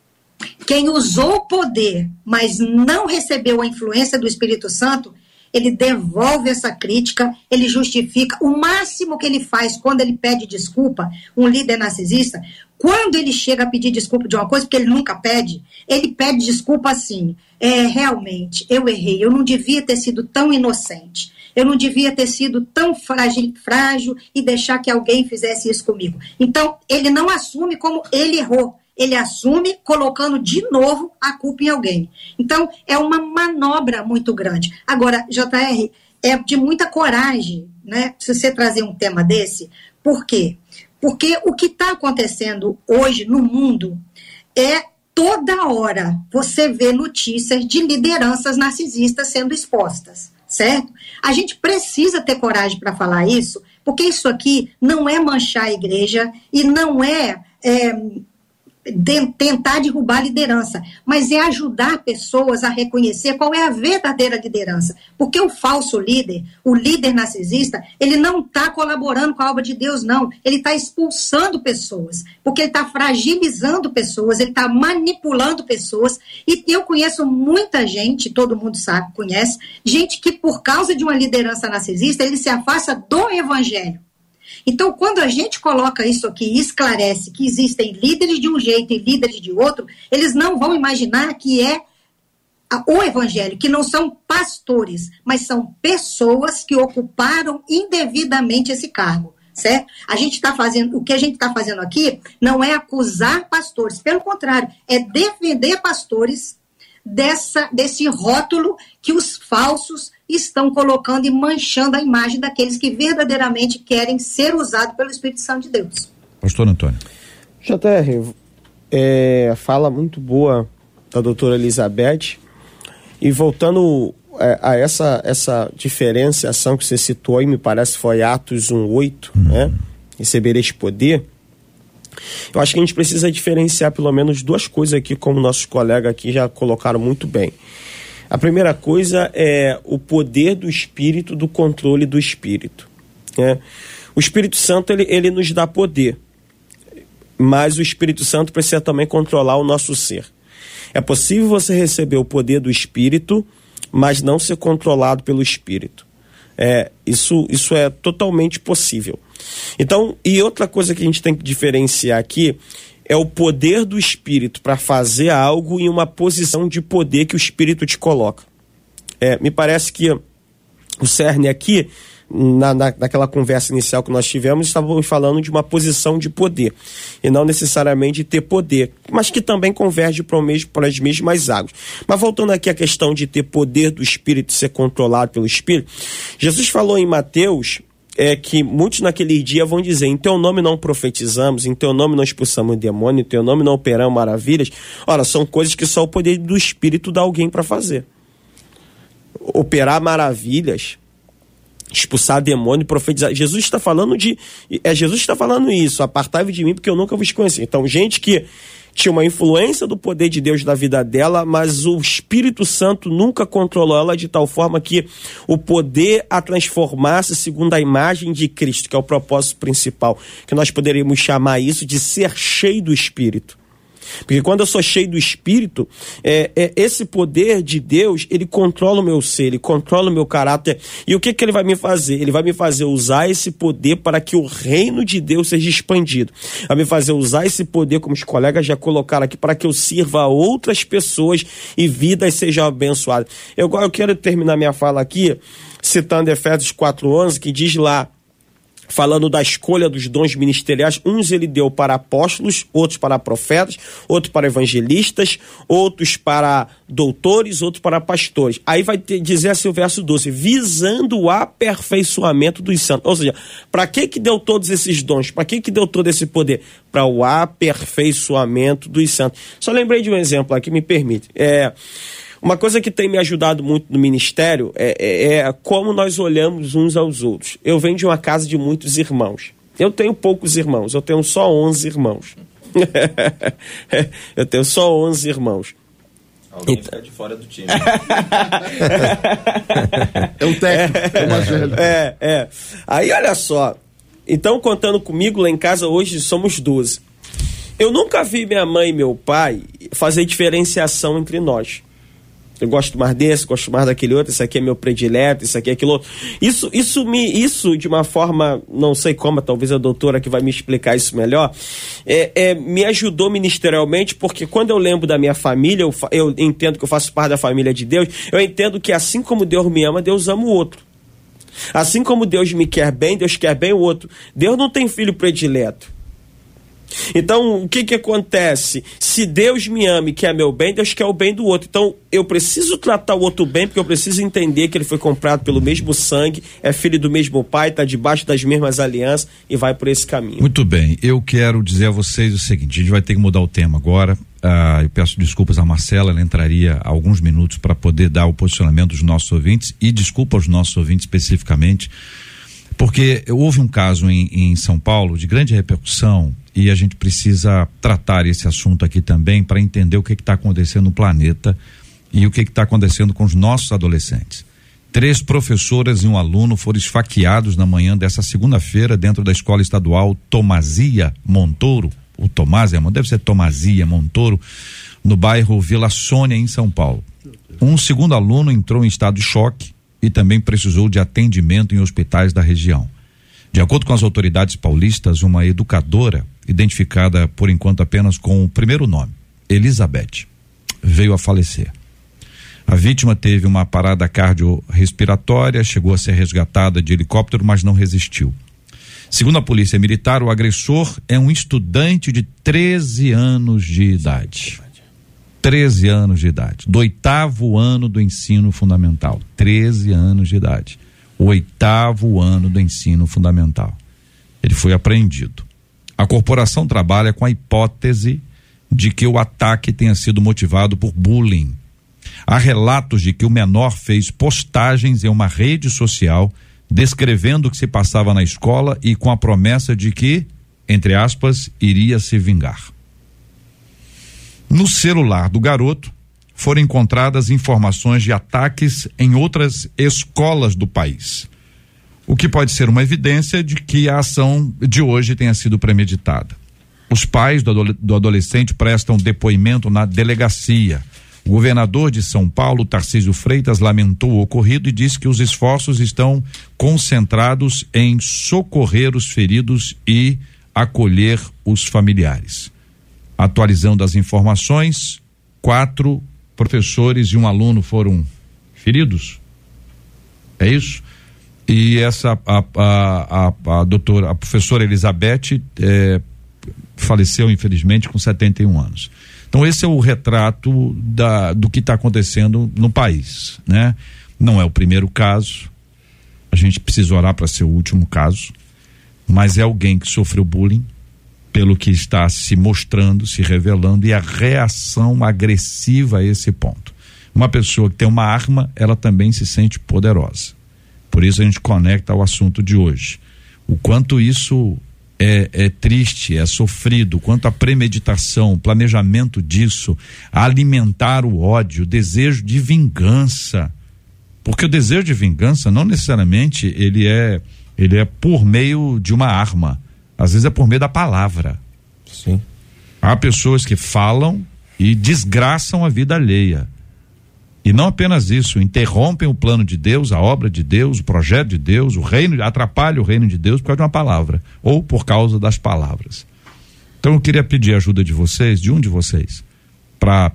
Quem usou o poder, mas não recebeu a influência do Espírito Santo, ele devolve essa crítica, ele justifica. O máximo que ele faz quando ele pede desculpa, um líder narcisista, quando ele chega a pedir desculpa de uma coisa, porque ele nunca pede, ele pede desculpa assim, realmente, eu errei, eu não devia ter sido tão inocente, eu não devia ter sido tão frágil e deixar que alguém fizesse isso comigo. Então, ele não assume como ele errou, ele assume colocando de novo a culpa em alguém. Então, é uma manobra muito grande. Agora, JR, é de muita coragem, né, se você trazer um tema desse. Por quê? Porque o que está acontecendo hoje no mundo é toda hora você vê notícias de lideranças narcisistas sendo expostas, certo? A gente precisa ter coragem para falar isso, porque isso aqui não é manchar a igreja e não é tentar derrubar a liderança, mas é ajudar pessoas a reconhecer qual é a verdadeira liderança, porque o falso líder, o líder narcisista, ele não está colaborando com a obra de Deus, não, ele está expulsando pessoas, porque ele está fragilizando pessoas, ele está manipulando pessoas, e eu conheço muita gente, todo mundo sabe, conhece, gente que por causa de uma liderança narcisista, ele se afasta do evangelho. Então, quando a gente coloca isso aqui e esclarece que existem líderes de um jeito e líderes de outro, eles não vão imaginar que é o evangelho, que não são pastores, mas são pessoas que ocuparam indevidamente esse cargo, certo? O que a gente está fazendo aqui não é acusar pastores, pelo contrário, é defender pastores desse rótulo que os falsos estão colocando e manchando a imagem daqueles que verdadeiramente querem ser usados pelo Espírito Santo de Deus. Pastor Antônio. JR, fala muito boa da doutora Elizabeth, e voltando a essa diferenciação que você citou aí, me parece que foi Atos 1:8, né? Recebereis poder. Eu acho que a gente precisa diferenciar pelo menos duas coisas aqui, como nossos colegas aqui já colocaram muito bem. A primeira coisa é o poder do Espírito, do controle do Espírito, né? O Espírito Santo, ele nos dá poder, mas o Espírito Santo precisa também controlar o nosso ser. É possível você receber o poder do Espírito, mas não ser controlado pelo Espírito. Isso é totalmente possível. Então, e outra coisa que a gente tem que diferenciar aqui é o poder do Espírito para fazer algo em uma posição de poder que o Espírito te coloca. Me parece que o cerne aqui, naquela conversa inicial que nós tivemos, estávamos falando de uma posição de poder, e não necessariamente de ter poder, mas que também converge para as mesmas águas. Mas voltando aqui à questão de ter poder do Espírito, ser controlado pelo Espírito, Jesus falou em Mateus que muitos naquele dia vão dizer: em teu nome não profetizamos, em teu nome não expulsamos demônio, em teu nome não operamos maravilhas. Ora, são coisas que só o poder do Espírito dá alguém para fazer. Operar maravilhas, expulsar demônio, profetizar. Jesus está falando isso: apartai-vos de mim porque eu nunca vos conheci. Então, gente que tinha uma influência do poder de Deus na vida dela, mas o Espírito Santo nunca controlou ela de tal forma que o poder a transformasse segundo a imagem de Cristo, que é o propósito principal, que nós poderíamos chamar isso de ser cheio do Espírito. Porque quando eu sou cheio do Espírito, esse poder de Deus, ele controla o meu ser, ele controla o meu caráter. E o que ele vai me fazer? Ele vai me fazer usar esse poder para que o reino de Deus seja expandido. Vai me fazer usar esse poder, como os colegas já colocaram aqui, para que eu sirva a outras pessoas e vidas sejam abençoadas. Eu quero terminar minha fala aqui, citando Efésios 4:11, que diz lá, falando da escolha dos dons ministeriais, uns ele deu para apóstolos, outros para profetas, outros para evangelistas, outros para doutores, outros para pastores. Aí vai dizer assim o verso 12, visando o aperfeiçoamento dos santos. Ou seja, para que deu todos esses dons? Para que deu todo esse poder? Para o aperfeiçoamento dos santos. Só lembrei de um exemplo aqui, me permite. Uma coisa que tem me ajudado muito no ministério é como nós olhamos uns aos outros. Eu venho de uma casa de muitos irmãos. Eu tenho poucos irmãos, eu tenho só 11 irmãos. Eu tenho só 11 irmãos. Alguém está de fora do time. É o técnico, é o mais velho. Aí olha só. Então, contando comigo, lá em casa hoje somos 12. Eu nunca vi minha mãe e meu pai fazer diferenciação entre nós. Eu gosto mais desse, gosto mais daquele outro, esse aqui é meu predileto, esse aqui é aquilo outro. Isso de uma forma, não sei como, talvez a doutora que vai me explicar isso melhor, me ajudou ministerialmente, porque quando eu lembro da minha família, eu entendo que eu faço parte da família de Deus, eu entendo que assim como Deus me ama, Deus ama o outro. Assim como Deus me quer bem, Deus quer bem o outro. Deus não tem filho predileto. Então, o que acontece? Se Deus me ama e quer meu bem, Deus quer o bem do outro. Então, eu preciso tratar o outro bem, porque eu preciso entender que ele foi comprado pelo mesmo sangue, é filho do mesmo pai, está debaixo das mesmas alianças e vai por esse caminho. Muito bem, eu quero dizer a vocês o seguinte, a gente vai ter que mudar o tema agora. Eu peço desculpas à Marcela, ela entraria há alguns minutos para poder dar o posicionamento dos nossos ouvintes, e desculpa aos nossos ouvintes especificamente, porque houve um caso em São Paulo de grande repercussão, e a gente precisa tratar esse assunto aqui também para entender o que está acontecendo no planeta e o que está acontecendo com os nossos adolescentes. 3 professoras e um aluno foram esfaqueados na manhã dessa segunda-feira dentro da escola estadual Tomazia Montoro, ou Tomásia, deve ser Tomazia Montoro, no bairro Vila Sônia, em São Paulo. Um segundo aluno entrou em estado de choque e também precisou de atendimento em hospitais da região. De acordo com as autoridades paulistas, uma educadora, identificada por enquanto apenas com o primeiro nome, Elizabeth, veio a falecer. A vítima teve uma parada cardiorrespiratória, chegou a ser resgatada de helicóptero, mas não resistiu. Segundo a polícia militar, o agressor é um estudante de 13 anos de idade. 13 anos de idade, do 8º ano do ensino fundamental. 13 anos de idade. O 8º ano do ensino fundamental. Ele foi apreendido. A corporação trabalha com a hipótese de que o ataque tenha sido motivado por bullying. Há relatos de que o menor fez postagens em uma rede social descrevendo o que se passava na escola e com a promessa de que, entre aspas, iria se vingar. No celular do garoto foram encontradas informações de ataques em outras escolas do país, o que pode ser uma evidência de que a ação de hoje tenha sido premeditada. Os pais do adolescente prestam depoimento na delegacia. O governador de São Paulo, Tarcísio Freitas, lamentou o ocorrido e disse que os esforços estão concentrados em socorrer os feridos e acolher os familiares. Atualizando as informações, 4 professores e um aluno foram feridos. É isso? E a professora Elizabeth faleceu, infelizmente, com 71 anos. Então, esse é o retrato do que está acontecendo no país, né? Não é o primeiro caso, a gente precisa orar para ser o último caso, mas é alguém que sofreu bullying, pelo que está se mostrando, se revelando, e a reação agressiva a esse ponto. Uma pessoa que tem uma arma, ela também se sente poderosa. Por isso a gente conecta ao assunto de hoje. O quanto isso é triste, é sofrido, quanto a premeditação, planejamento disso, a alimentar o ódio, o desejo de vingança. Porque o desejo de vingança não necessariamente ele é por meio de uma arma, às vezes é por meio da palavra. Sim. Há pessoas que falam e desgraçam a vida alheia. E não apenas isso, interrompem o plano de Deus, a obra de Deus, o projeto de Deus, o reino, atrapalham o reino de Deus por causa de uma palavra, ou por causa das palavras. Então eu queria pedir a ajuda de vocês, de um de vocês, para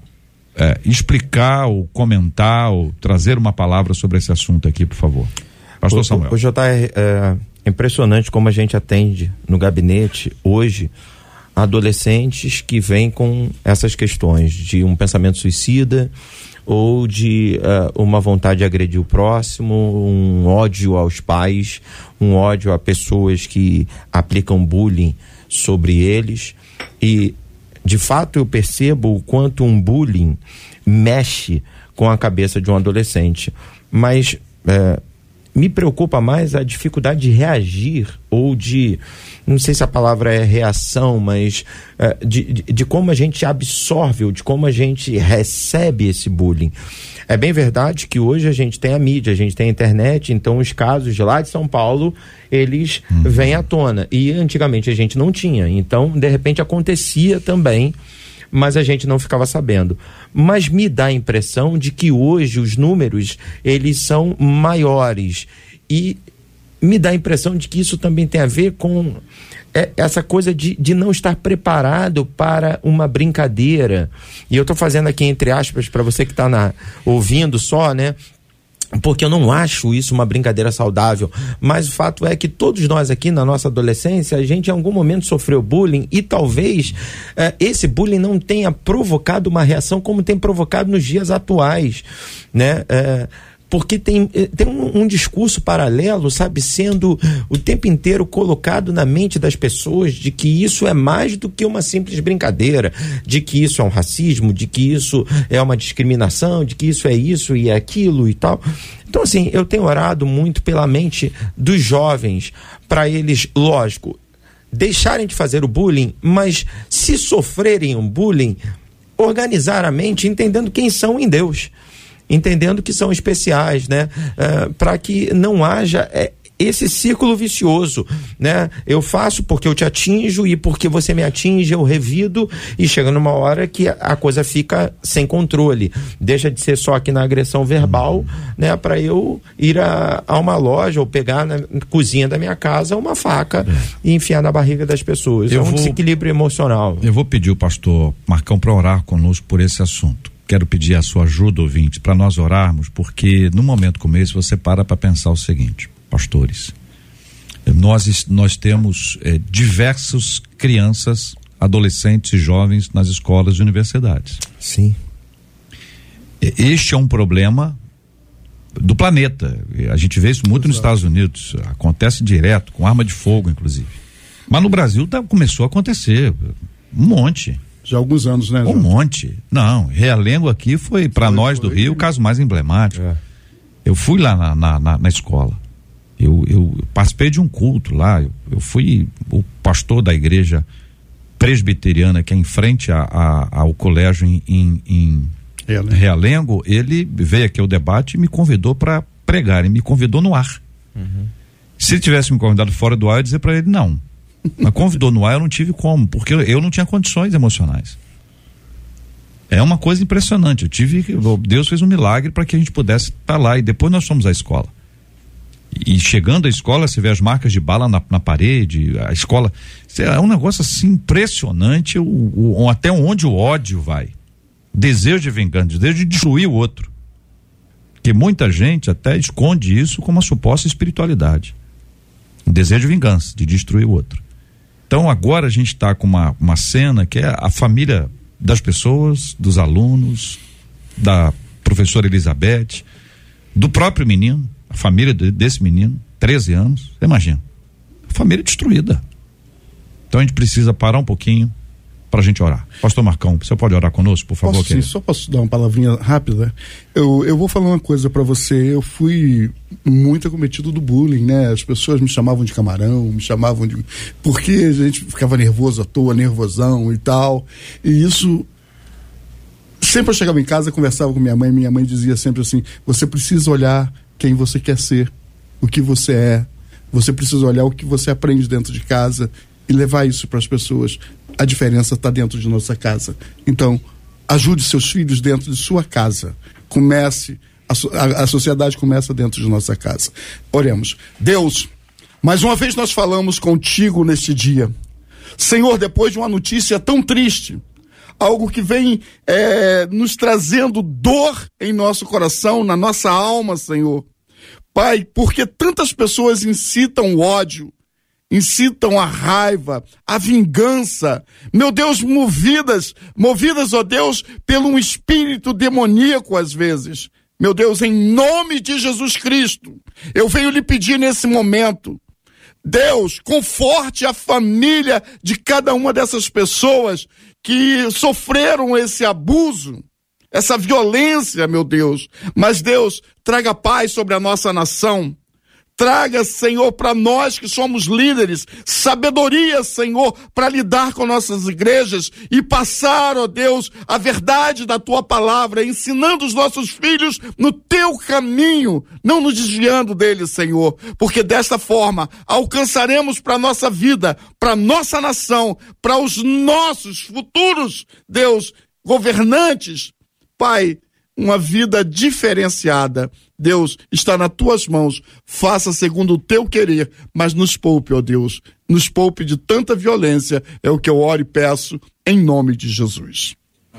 explicar ou comentar ou trazer uma palavra sobre esse assunto aqui, por favor. Pastor Samuel. O JR, é impressionante como a gente atende no gabinete hoje adolescentes que vêm com essas questões de um pensamento suicida ou de uma vontade de agredir o próximo, um ódio aos pais, um ódio a pessoas que aplicam bullying sobre eles. E de fato eu percebo o quanto um bullying mexe com a cabeça de um adolescente, mas me preocupa mais a dificuldade de reagir ou de, não sei se a palavra é reação, mas de como a gente absorve ou de como a gente recebe esse bullying. É bem verdade que hoje a gente tem a mídia, a gente tem a internet, então os casos de lá de São Paulo, eles vêm à tona. E antigamente a gente não tinha, então de repente acontecia também, mas a gente não ficava sabendo. Mas me dá a impressão de que hoje os números, eles são maiores, e me dá a impressão de que isso também tem a ver com essa coisa de não estar preparado para uma brincadeira. E eu estou fazendo aqui entre aspas para você que está ouvindo só, né? Porque eu não acho isso uma brincadeira saudável, mas o fato é que todos nós aqui na nossa adolescência, a gente em algum momento sofreu bullying e talvez esse bullying não tenha provocado uma reação como tem provocado nos dias atuais, né? Porque tem um discurso paralelo, sabe, sendo o tempo inteiro colocado na mente das pessoas de que isso é mais do que uma simples brincadeira, de que isso é um racismo, de que isso é uma discriminação, de que isso é isso e é aquilo e tal. Então, assim, eu tenho orado muito pela mente dos jovens, para eles, lógico, deixarem de fazer o bullying, mas se sofrerem um bullying, organizar a mente entendendo quem são em Deus, entendendo que são especiais, né? Para que não haja esse círculo vicioso, né? Eu faço porque eu te atinjo e porque você me atinge, eu revido, e chega numa hora que a coisa fica sem controle. Deixa de ser só aqui na agressão verbal, né? Para eu ir a uma loja ou pegar na cozinha da minha casa uma faca e enfiar na barriga das pessoas. É um desequilíbrio emocional. Eu vou pedir o pastor Marcão para orar conosco por esse assunto. Quero pedir a sua ajuda, ouvinte, para nós orarmos, porque num momento como esse você para pensar o seguinte: pastores, nós temos diversas crianças, adolescentes e jovens nas escolas e universidades. Sim. Este é um problema do planeta. A gente vê isso muito nos Estados Unidos, acontece direto, com arma de fogo, inclusive. Mas no Brasil começou a acontecer um monte. Já há alguns anos, né, João? Um monte. Não, Realengo aqui foi para nós do Rio o caso mais emblemático. Eu fui lá na escola. Eu participei de um culto lá. Eu fui o pastor da igreja presbiteriana que é em frente ao colégio em Realengo. Ele veio aqui ao debate e me convidou para pregar. E me convidou no ar. Se ele tivesse me convidado fora do ar, eu ia dizer para ele não. Mas convidou no ar, eu não tive como, porque eu não tinha condições emocionais. É uma coisa impressionante. Deus fez um milagre para que a gente pudesse estar lá, e depois nós fomos à escola. E chegando à escola, você vê as marcas de bala na parede, a escola, é um negócio assim impressionante, até onde o ódio vai. Desejo de vingança, desejo de destruir o outro. Porque muita gente até esconde isso como uma suposta espiritualidade. Um desejo de vingança, de destruir o outro. Então agora a gente está com uma cena que é a família das pessoas, dos alunos, da professora Elizabeth, do próprio menino, a família desse menino, 13 anos, você imagina, a família destruída. Então a gente precisa parar um pouquinho para a gente orar. Pastor Marcão, você pode orar conosco, por favor? Sim, só posso dar uma palavrinha rápida? Eu vou falar uma coisa para você. Eu fui muito acometido do bullying, né? As pessoas me chamavam de camarão, me chamavam de... Porque a gente ficava nervoso à toa, nervosão e tal. E isso... Sempre eu chegava em casa, conversava com minha mãe dizia sempre assim: você precisa olhar quem você quer ser, o que você é. Você precisa olhar o que você aprende dentro de casa e levar isso para as pessoas. A diferença está dentro de nossa casa. Então, ajude seus filhos dentro de sua casa. Comece, a sociedade começa dentro de nossa casa. Oremos. Deus, mais uma vez nós falamos contigo neste dia. Senhor, depois de uma notícia tão triste, algo que vem nos trazendo dor em nosso coração, na nossa alma, Senhor. Pai, porque tantas pessoas incitam o ódio, incitam a raiva, a vingança, meu Deus, movidas, ó Deus, pelo um espírito demoníaco às vezes. Meu Deus, em nome de Jesus Cristo, eu venho lhe pedir nesse momento, Deus, conforte a família de cada uma dessas pessoas que sofreram esse abuso, essa violência, meu Deus. Mas Deus, traga paz sobre a nossa nação. Traga, Senhor, para nós que somos líderes, sabedoria, Senhor, para lidar com nossas igrejas e passar, ó Deus, a verdade da Tua palavra, ensinando os nossos filhos no Teu caminho, não nos desviando dele, Senhor, porque desta forma alcançaremos para a nossa vida, para a nossa nação, para os nossos futuros, Deus, governantes, Pai, uma vida diferenciada. Deus, está nas tuas mãos, faça segundo o teu querer, mas nos poupe, ó Deus, nos poupe de tanta violência, é o que eu oro e peço, em nome de Jesus.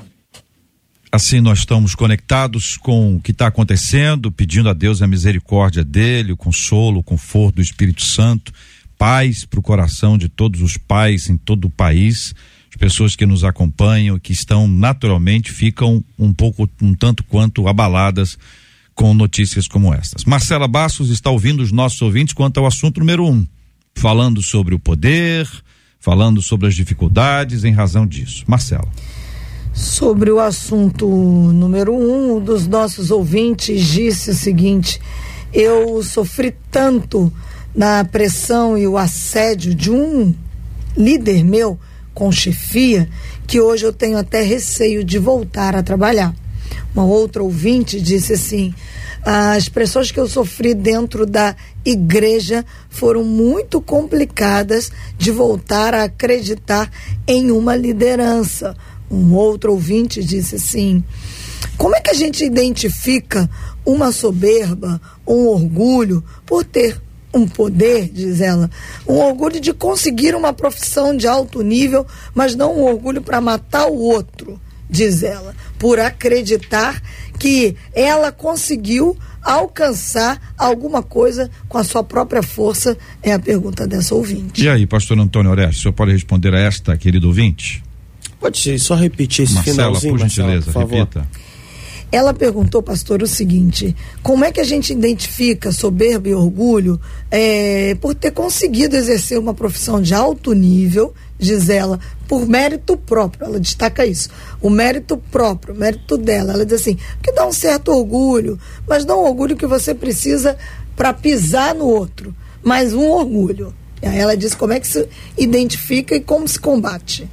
Assim nós estamos conectados com o que está acontecendo, pedindo a Deus a misericórdia dele, o consolo, o conforto do Espírito Santo, paz para o coração de todos os pais em todo o país, as pessoas que nos acompanham, que estão naturalmente, ficam um tanto quanto abaladas com notícias como estas. Marcela Bastos está ouvindo os nossos ouvintes quanto ao assunto número 1, falando sobre o poder, falando sobre as dificuldades em razão disso. Marcela. Sobre o assunto número 1, dos nossos ouvintes disse o seguinte: eu sofri tanto na pressão e o assédio de um líder meu com chefia, que hoje eu tenho até receio de voltar a trabalhar. Uma outra ouvinte disse assim: as pressões que eu sofri dentro da igreja foram muito complicadas de voltar a acreditar em uma liderança. Um outro ouvinte disse assim: como é que a gente identifica uma soberba, um orgulho por ter um poder, diz ela, um orgulho de conseguir uma profissão de alto nível, mas não um orgulho para matar o outro, diz ela, por acreditar que ela conseguiu alcançar alguma coisa com a sua própria força, é a pergunta dessa ouvinte. E aí, pastor Antônio Oreste, o senhor pode responder a esta, querido ouvinte? Pode ser, só repetir esse Marcela, finalzinho, por gentileza, Marcela, por favor. repita. Ela perguntou, pastor, o seguinte: como é que a gente identifica soberba e orgulho por ter conseguido exercer uma profissão de alto nível, diz ela, por mérito próprio? Ela destaca isso, o mérito próprio, o mérito dela. Ela diz assim, porque dá um certo orgulho, mas não um orgulho que você precisa para pisar no outro, mas um orgulho. E aí ela diz como é que se identifica e como se combate.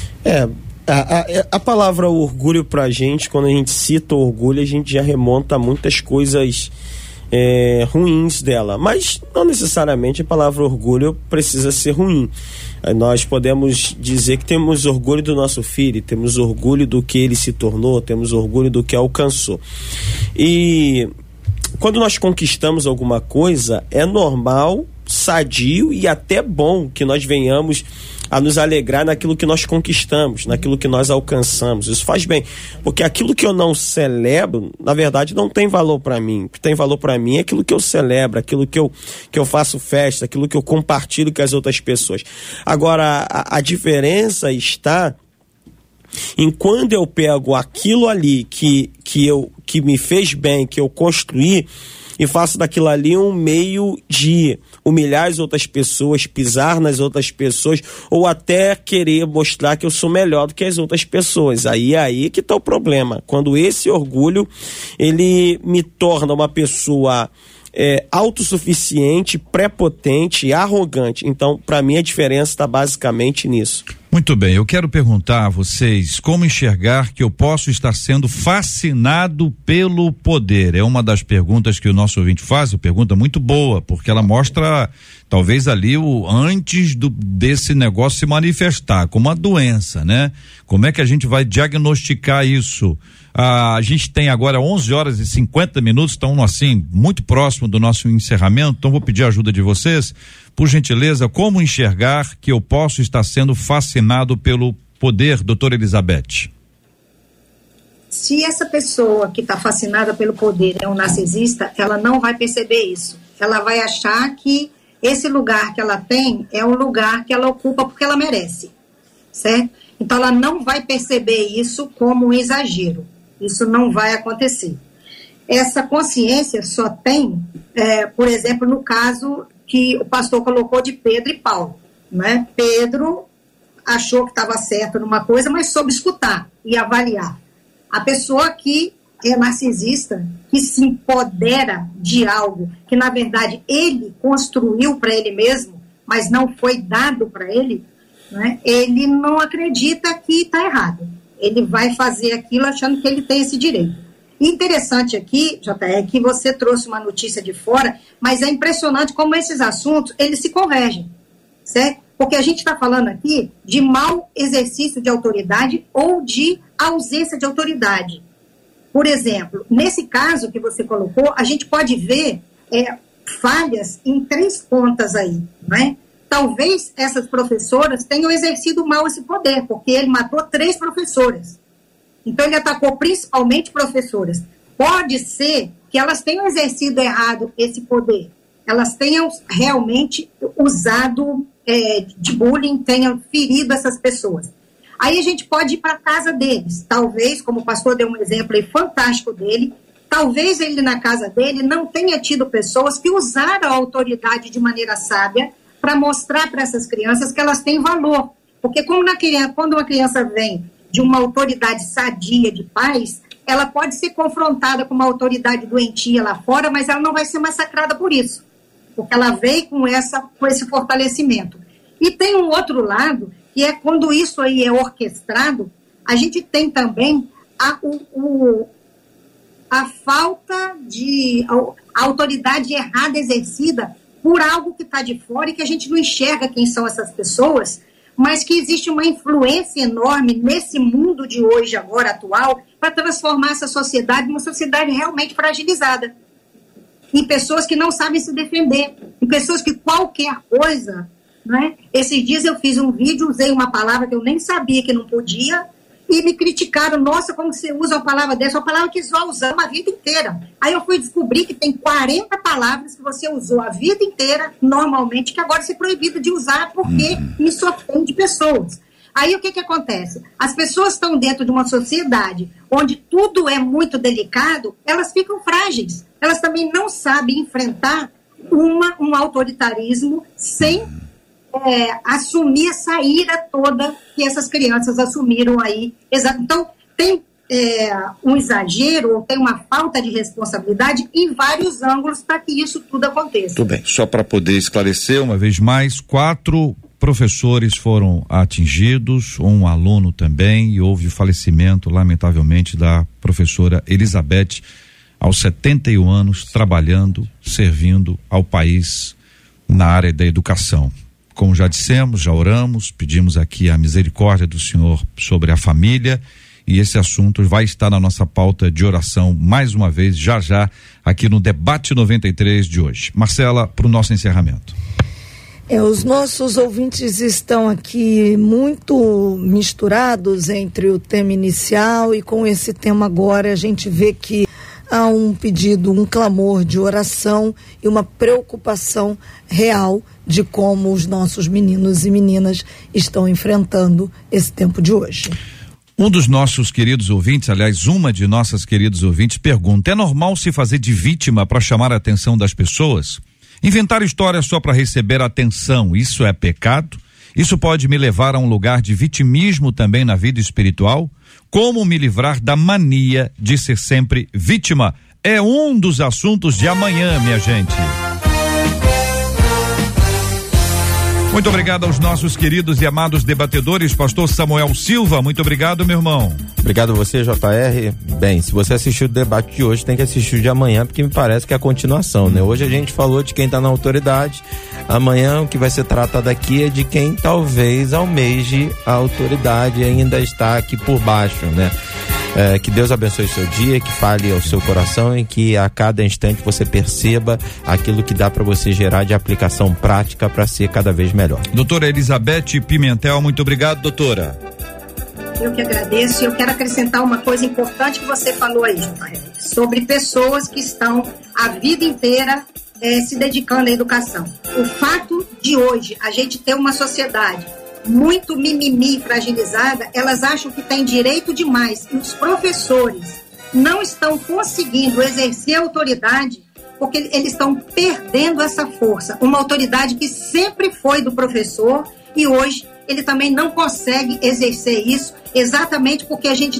A palavra orgulho pra gente, quando a gente cita orgulho, a gente já remonta a muitas coisas ruins dela, mas não necessariamente a palavra orgulho precisa ser ruim. Nós podemos dizer que temos orgulho do nosso filho, temos orgulho do que ele se tornou, temos orgulho do que alcançou. E quando nós conquistamos alguma coisa, é normal, sadio e até bom que nós venhamos a nos alegrar naquilo que nós conquistamos, naquilo que nós alcançamos. Isso faz bem, porque aquilo que eu não celebro, na verdade, não tem valor para mim. O que tem valor para mim é aquilo que eu celebro, aquilo que eu faço festa, aquilo que eu compartilho com as outras pessoas. Agora, a diferença está em quando eu pego aquilo ali que me fez bem, que eu construí, e faço daquilo ali um meio de humilhar as outras pessoas, pisar nas outras pessoas, ou até querer mostrar que eu sou melhor do que as outras pessoas. Aí que está o problema. Quando esse orgulho, ele me torna uma pessoa autossuficiente, prepotente, arrogante. Então, para mim, a diferença está basicamente nisso. Muito bem, eu quero perguntar a vocês como enxergar que eu posso estar sendo fascinado pelo poder. É uma das perguntas que o nosso ouvinte faz, uma pergunta muito boa, porque ela mostra talvez ali o antes desse negócio se manifestar como uma doença, né? Como é que a gente vai diagnosticar isso? A gente tem agora 11 horas e 50 minutos, estão assim, muito próximo do nosso encerramento, então vou pedir a ajuda de vocês. Por gentileza, como enxergar que eu posso estar sendo fascinado pelo poder, doutora Elizabeth? Se essa pessoa que está fascinada pelo poder é um narcisista, ela não vai perceber isso. Ela vai achar que esse lugar que ela tem é um lugar que ela ocupa porque ela merece, certo? Então ela não vai perceber isso como um exagero. Isso não vai acontecer. Essa consciência só tem, por exemplo, no caso que o pastor colocou de Pedro e Paulo, né? Pedro achou que estava certo numa coisa, mas soube escutar e avaliar. A pessoa que é narcisista, que se empodera de algo que, na verdade, ele construiu para ele mesmo, mas não foi dado para ele, né? Ele não acredita que está errado. Ele vai fazer aquilo achando que ele tem esse direito. Interessante aqui, JR, que você trouxe uma notícia de fora, mas é impressionante como esses assuntos, eles se convergem, certo? Porque a gente está falando aqui de mau exercício de autoridade ou de ausência de autoridade. Por exemplo, nesse caso que você colocou, a gente pode ver falhas em 3 pontas aí, né? Talvez essas professoras tenham exercido mal esse poder, porque ele matou 3 professoras. Então, ele atacou principalmente professoras. Pode ser que elas tenham exercido errado esse poder. Elas tenham realmente usado de bullying, tenham ferido essas pessoas. Aí a gente pode ir para a casa deles. Talvez, como o pastor deu um exemplo aí fantástico dele, talvez ele na casa dele não tenha tido pessoas que usaram a autoridade de maneira sábia para mostrar para essas crianças que elas têm valor. Porque quando uma criança vem de uma autoridade sadia de pais, ela pode ser confrontada com uma autoridade doentia lá fora, mas ela não vai ser massacrada por isso, porque ela veio com esse fortalecimento. E tem um outro lado, que é quando isso aí é orquestrado, a gente tem também a falta de a autoridade errada exercida por algo que está de fora e que a gente não enxerga quem são essas pessoas, mas que existe uma influência enorme nesse mundo de hoje, agora, atual, para transformar essa sociedade numa sociedade realmente fragilizada. Em pessoas que não sabem se defender, em pessoas que qualquer coisa, né? Esses dias eu fiz um vídeo, usei uma palavra que eu nem sabia que não podia, e me criticaram, nossa, como você usa uma palavra dessa, uma palavra que só usamos a vida inteira. Aí eu fui descobrir que tem 40 palavras que você usou a vida inteira, normalmente, que agora você é proibido de usar porque isso ofende pessoas. Aí o que acontece? As pessoas estão dentro de uma sociedade onde tudo é muito delicado, elas ficam frágeis. Elas também não sabem enfrentar um autoritarismo sem assumir essa ira toda que essas crianças assumiram aí. Então, tem um exagero ou tem uma falta de responsabilidade em vários ângulos para que isso tudo aconteça. Tudo bem, só para poder esclarecer uma vez mais, 4 professores foram atingidos, um aluno também, e houve falecimento, lamentavelmente, da professora Elizabeth, aos 71 anos, trabalhando, servindo ao país na área da educação. Como já dissemos, já oramos, pedimos aqui a misericórdia do Senhor sobre a família, e esse assunto vai estar na nossa pauta de oração mais uma vez, já aqui no Debate 93 de hoje. Marcela, para o nosso encerramento. Os nossos ouvintes estão aqui muito misturados entre o tema inicial e com esse tema agora. A gente vê que há um pedido, um clamor de oração e uma preocupação real de como os nossos meninos e meninas estão enfrentando esse tempo de hoje. Um dos nossos queridos ouvintes, aliás, uma de nossas queridas ouvintes pergunta: é normal se fazer de vítima para chamar a atenção das pessoas? Inventar histórias só para receber atenção, isso é pecado? Isso pode me levar a um lugar de vitimismo também na vida espiritual? Como me livrar da mania de ser sempre vítima? É um dos assuntos de amanhã, minha gente. Muito obrigado aos nossos queridos e amados debatedores. Pastor Samuel Silva, muito obrigado, meu irmão. Obrigado a você, JR. Bem, se você assistiu o debate de hoje, tem que assistir o de amanhã, porque me parece que é a continuação, né? Hoje a gente falou de quem está na autoridade. Amanhã o que vai ser tratado aqui é de quem talvez almeje a autoridade e ainda está aqui por baixo, né? Que Deus abençoe o seu dia, que fale ao seu coração e que a cada instante você perceba aquilo que dá para você gerar de aplicação prática para ser cada vez melhor. Doutora Elizabeth Pimentel, muito obrigado, doutora. Eu que agradeço, e eu quero acrescentar uma coisa importante que você falou aí, sobre pessoas que estão a vida inteira se dedicando à educação. O fato de hoje a gente ter uma sociedade muito mimimi, fragilizada, elas acham que tem direito demais, e os professores não estão conseguindo exercer a autoridade porque eles estão perdendo essa força, uma autoridade que sempre foi do professor e hoje ele também não consegue exercer isso, exatamente porque a gente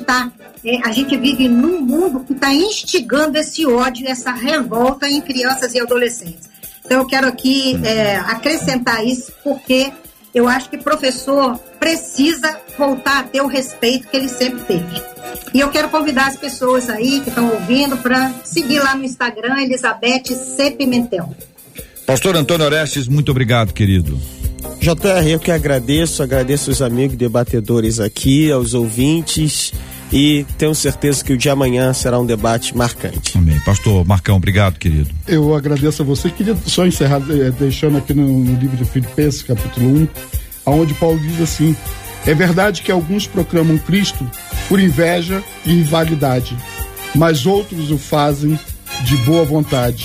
vive num mundo que está instigando esse ódio, essa revolta em crianças e adolescentes. Então eu quero aqui acrescentar isso, porque eu acho que o professor precisa voltar a ter o respeito que ele sempre teve. E eu quero convidar as pessoas aí que estão ouvindo para seguir lá no Instagram, Elizabeth C. Pimentel. Pastor Antônio Orestes, muito obrigado, querido. JR, eu que agradeço os amigos debatedores aqui, aos ouvintes, e tenho certeza que o de amanhã será um debate marcante. Amém. Pastor Marcão, obrigado, querido. Eu agradeço a você. Queria só encerrar deixando aqui no livro de Filipenses, capítulo 1, onde Paulo diz assim: é verdade que alguns proclamam Cristo por inveja e rivalidade, mas outros o fazem de boa vontade.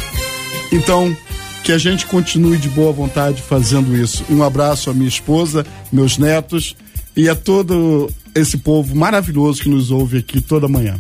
Então, que a gente continue de boa vontade fazendo isso. Um abraço à minha esposa, meus netos e a todo esse povo maravilhoso que nos ouve aqui toda manhã.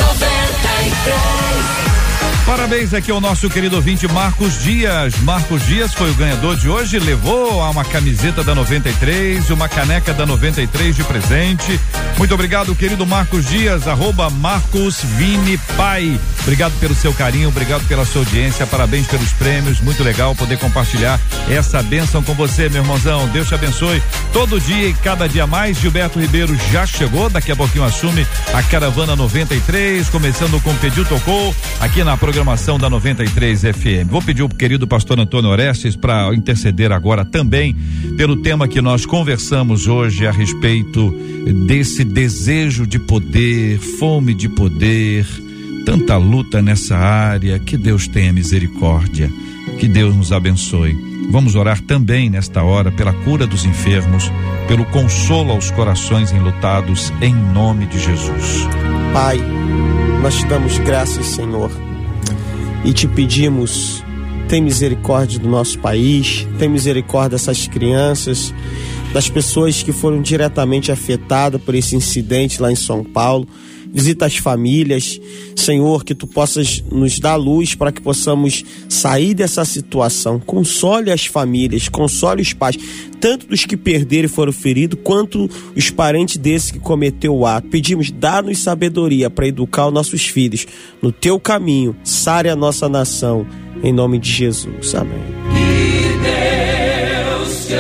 93. Parabéns aqui ao nosso querido ouvinte Marcos Dias. Marcos Dias foi o ganhador de hoje, levou uma camiseta da 93, uma caneca da 93 de presente. Muito obrigado, querido Marcos Dias, @MarcosViniPai. Obrigado pelo seu carinho, obrigado pela sua audiência, parabéns pelos prêmios, muito legal poder compartilhar essa bênção com você, meu irmãozão. Deus te abençoe todo dia e cada dia mais. Gilberto Ribeiro já chegou, daqui a pouquinho assume a Caravana 93, começando com Pediu Tocou, aqui na programação da 93 FM. Vou pedir ao querido pastor Antônio Orestes para interceder agora também pelo tema que nós conversamos hoje a respeito desse desejo de poder, fome de poder, tanta luta nessa área. Que Deus tenha misericórdia, que Deus nos abençoe. Vamos orar também nesta hora pela cura dos enfermos, pelo consolo aos corações enlutados, em nome de Jesus. Pai, nós te damos graças, Senhor, e te pedimos, tem misericórdia do nosso país, tem misericórdia dessas crianças, das pessoas que foram diretamente afetadas por esse incidente lá em São Paulo. Visita as famílias, Senhor, que tu possas nos dar luz para que possamos sair dessa situação. Console as famílias, console os pais, tanto dos que perderam e foram feridos, quanto os parentes desse que cometeu o ato. Pedimos, dá-nos sabedoria para educar os nossos filhos no teu caminho, sare a nossa nação, em nome de Jesus, amém. Que Deus te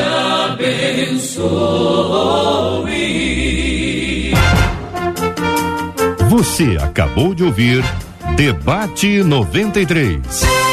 abençoe. Você acabou de ouvir Debate 93.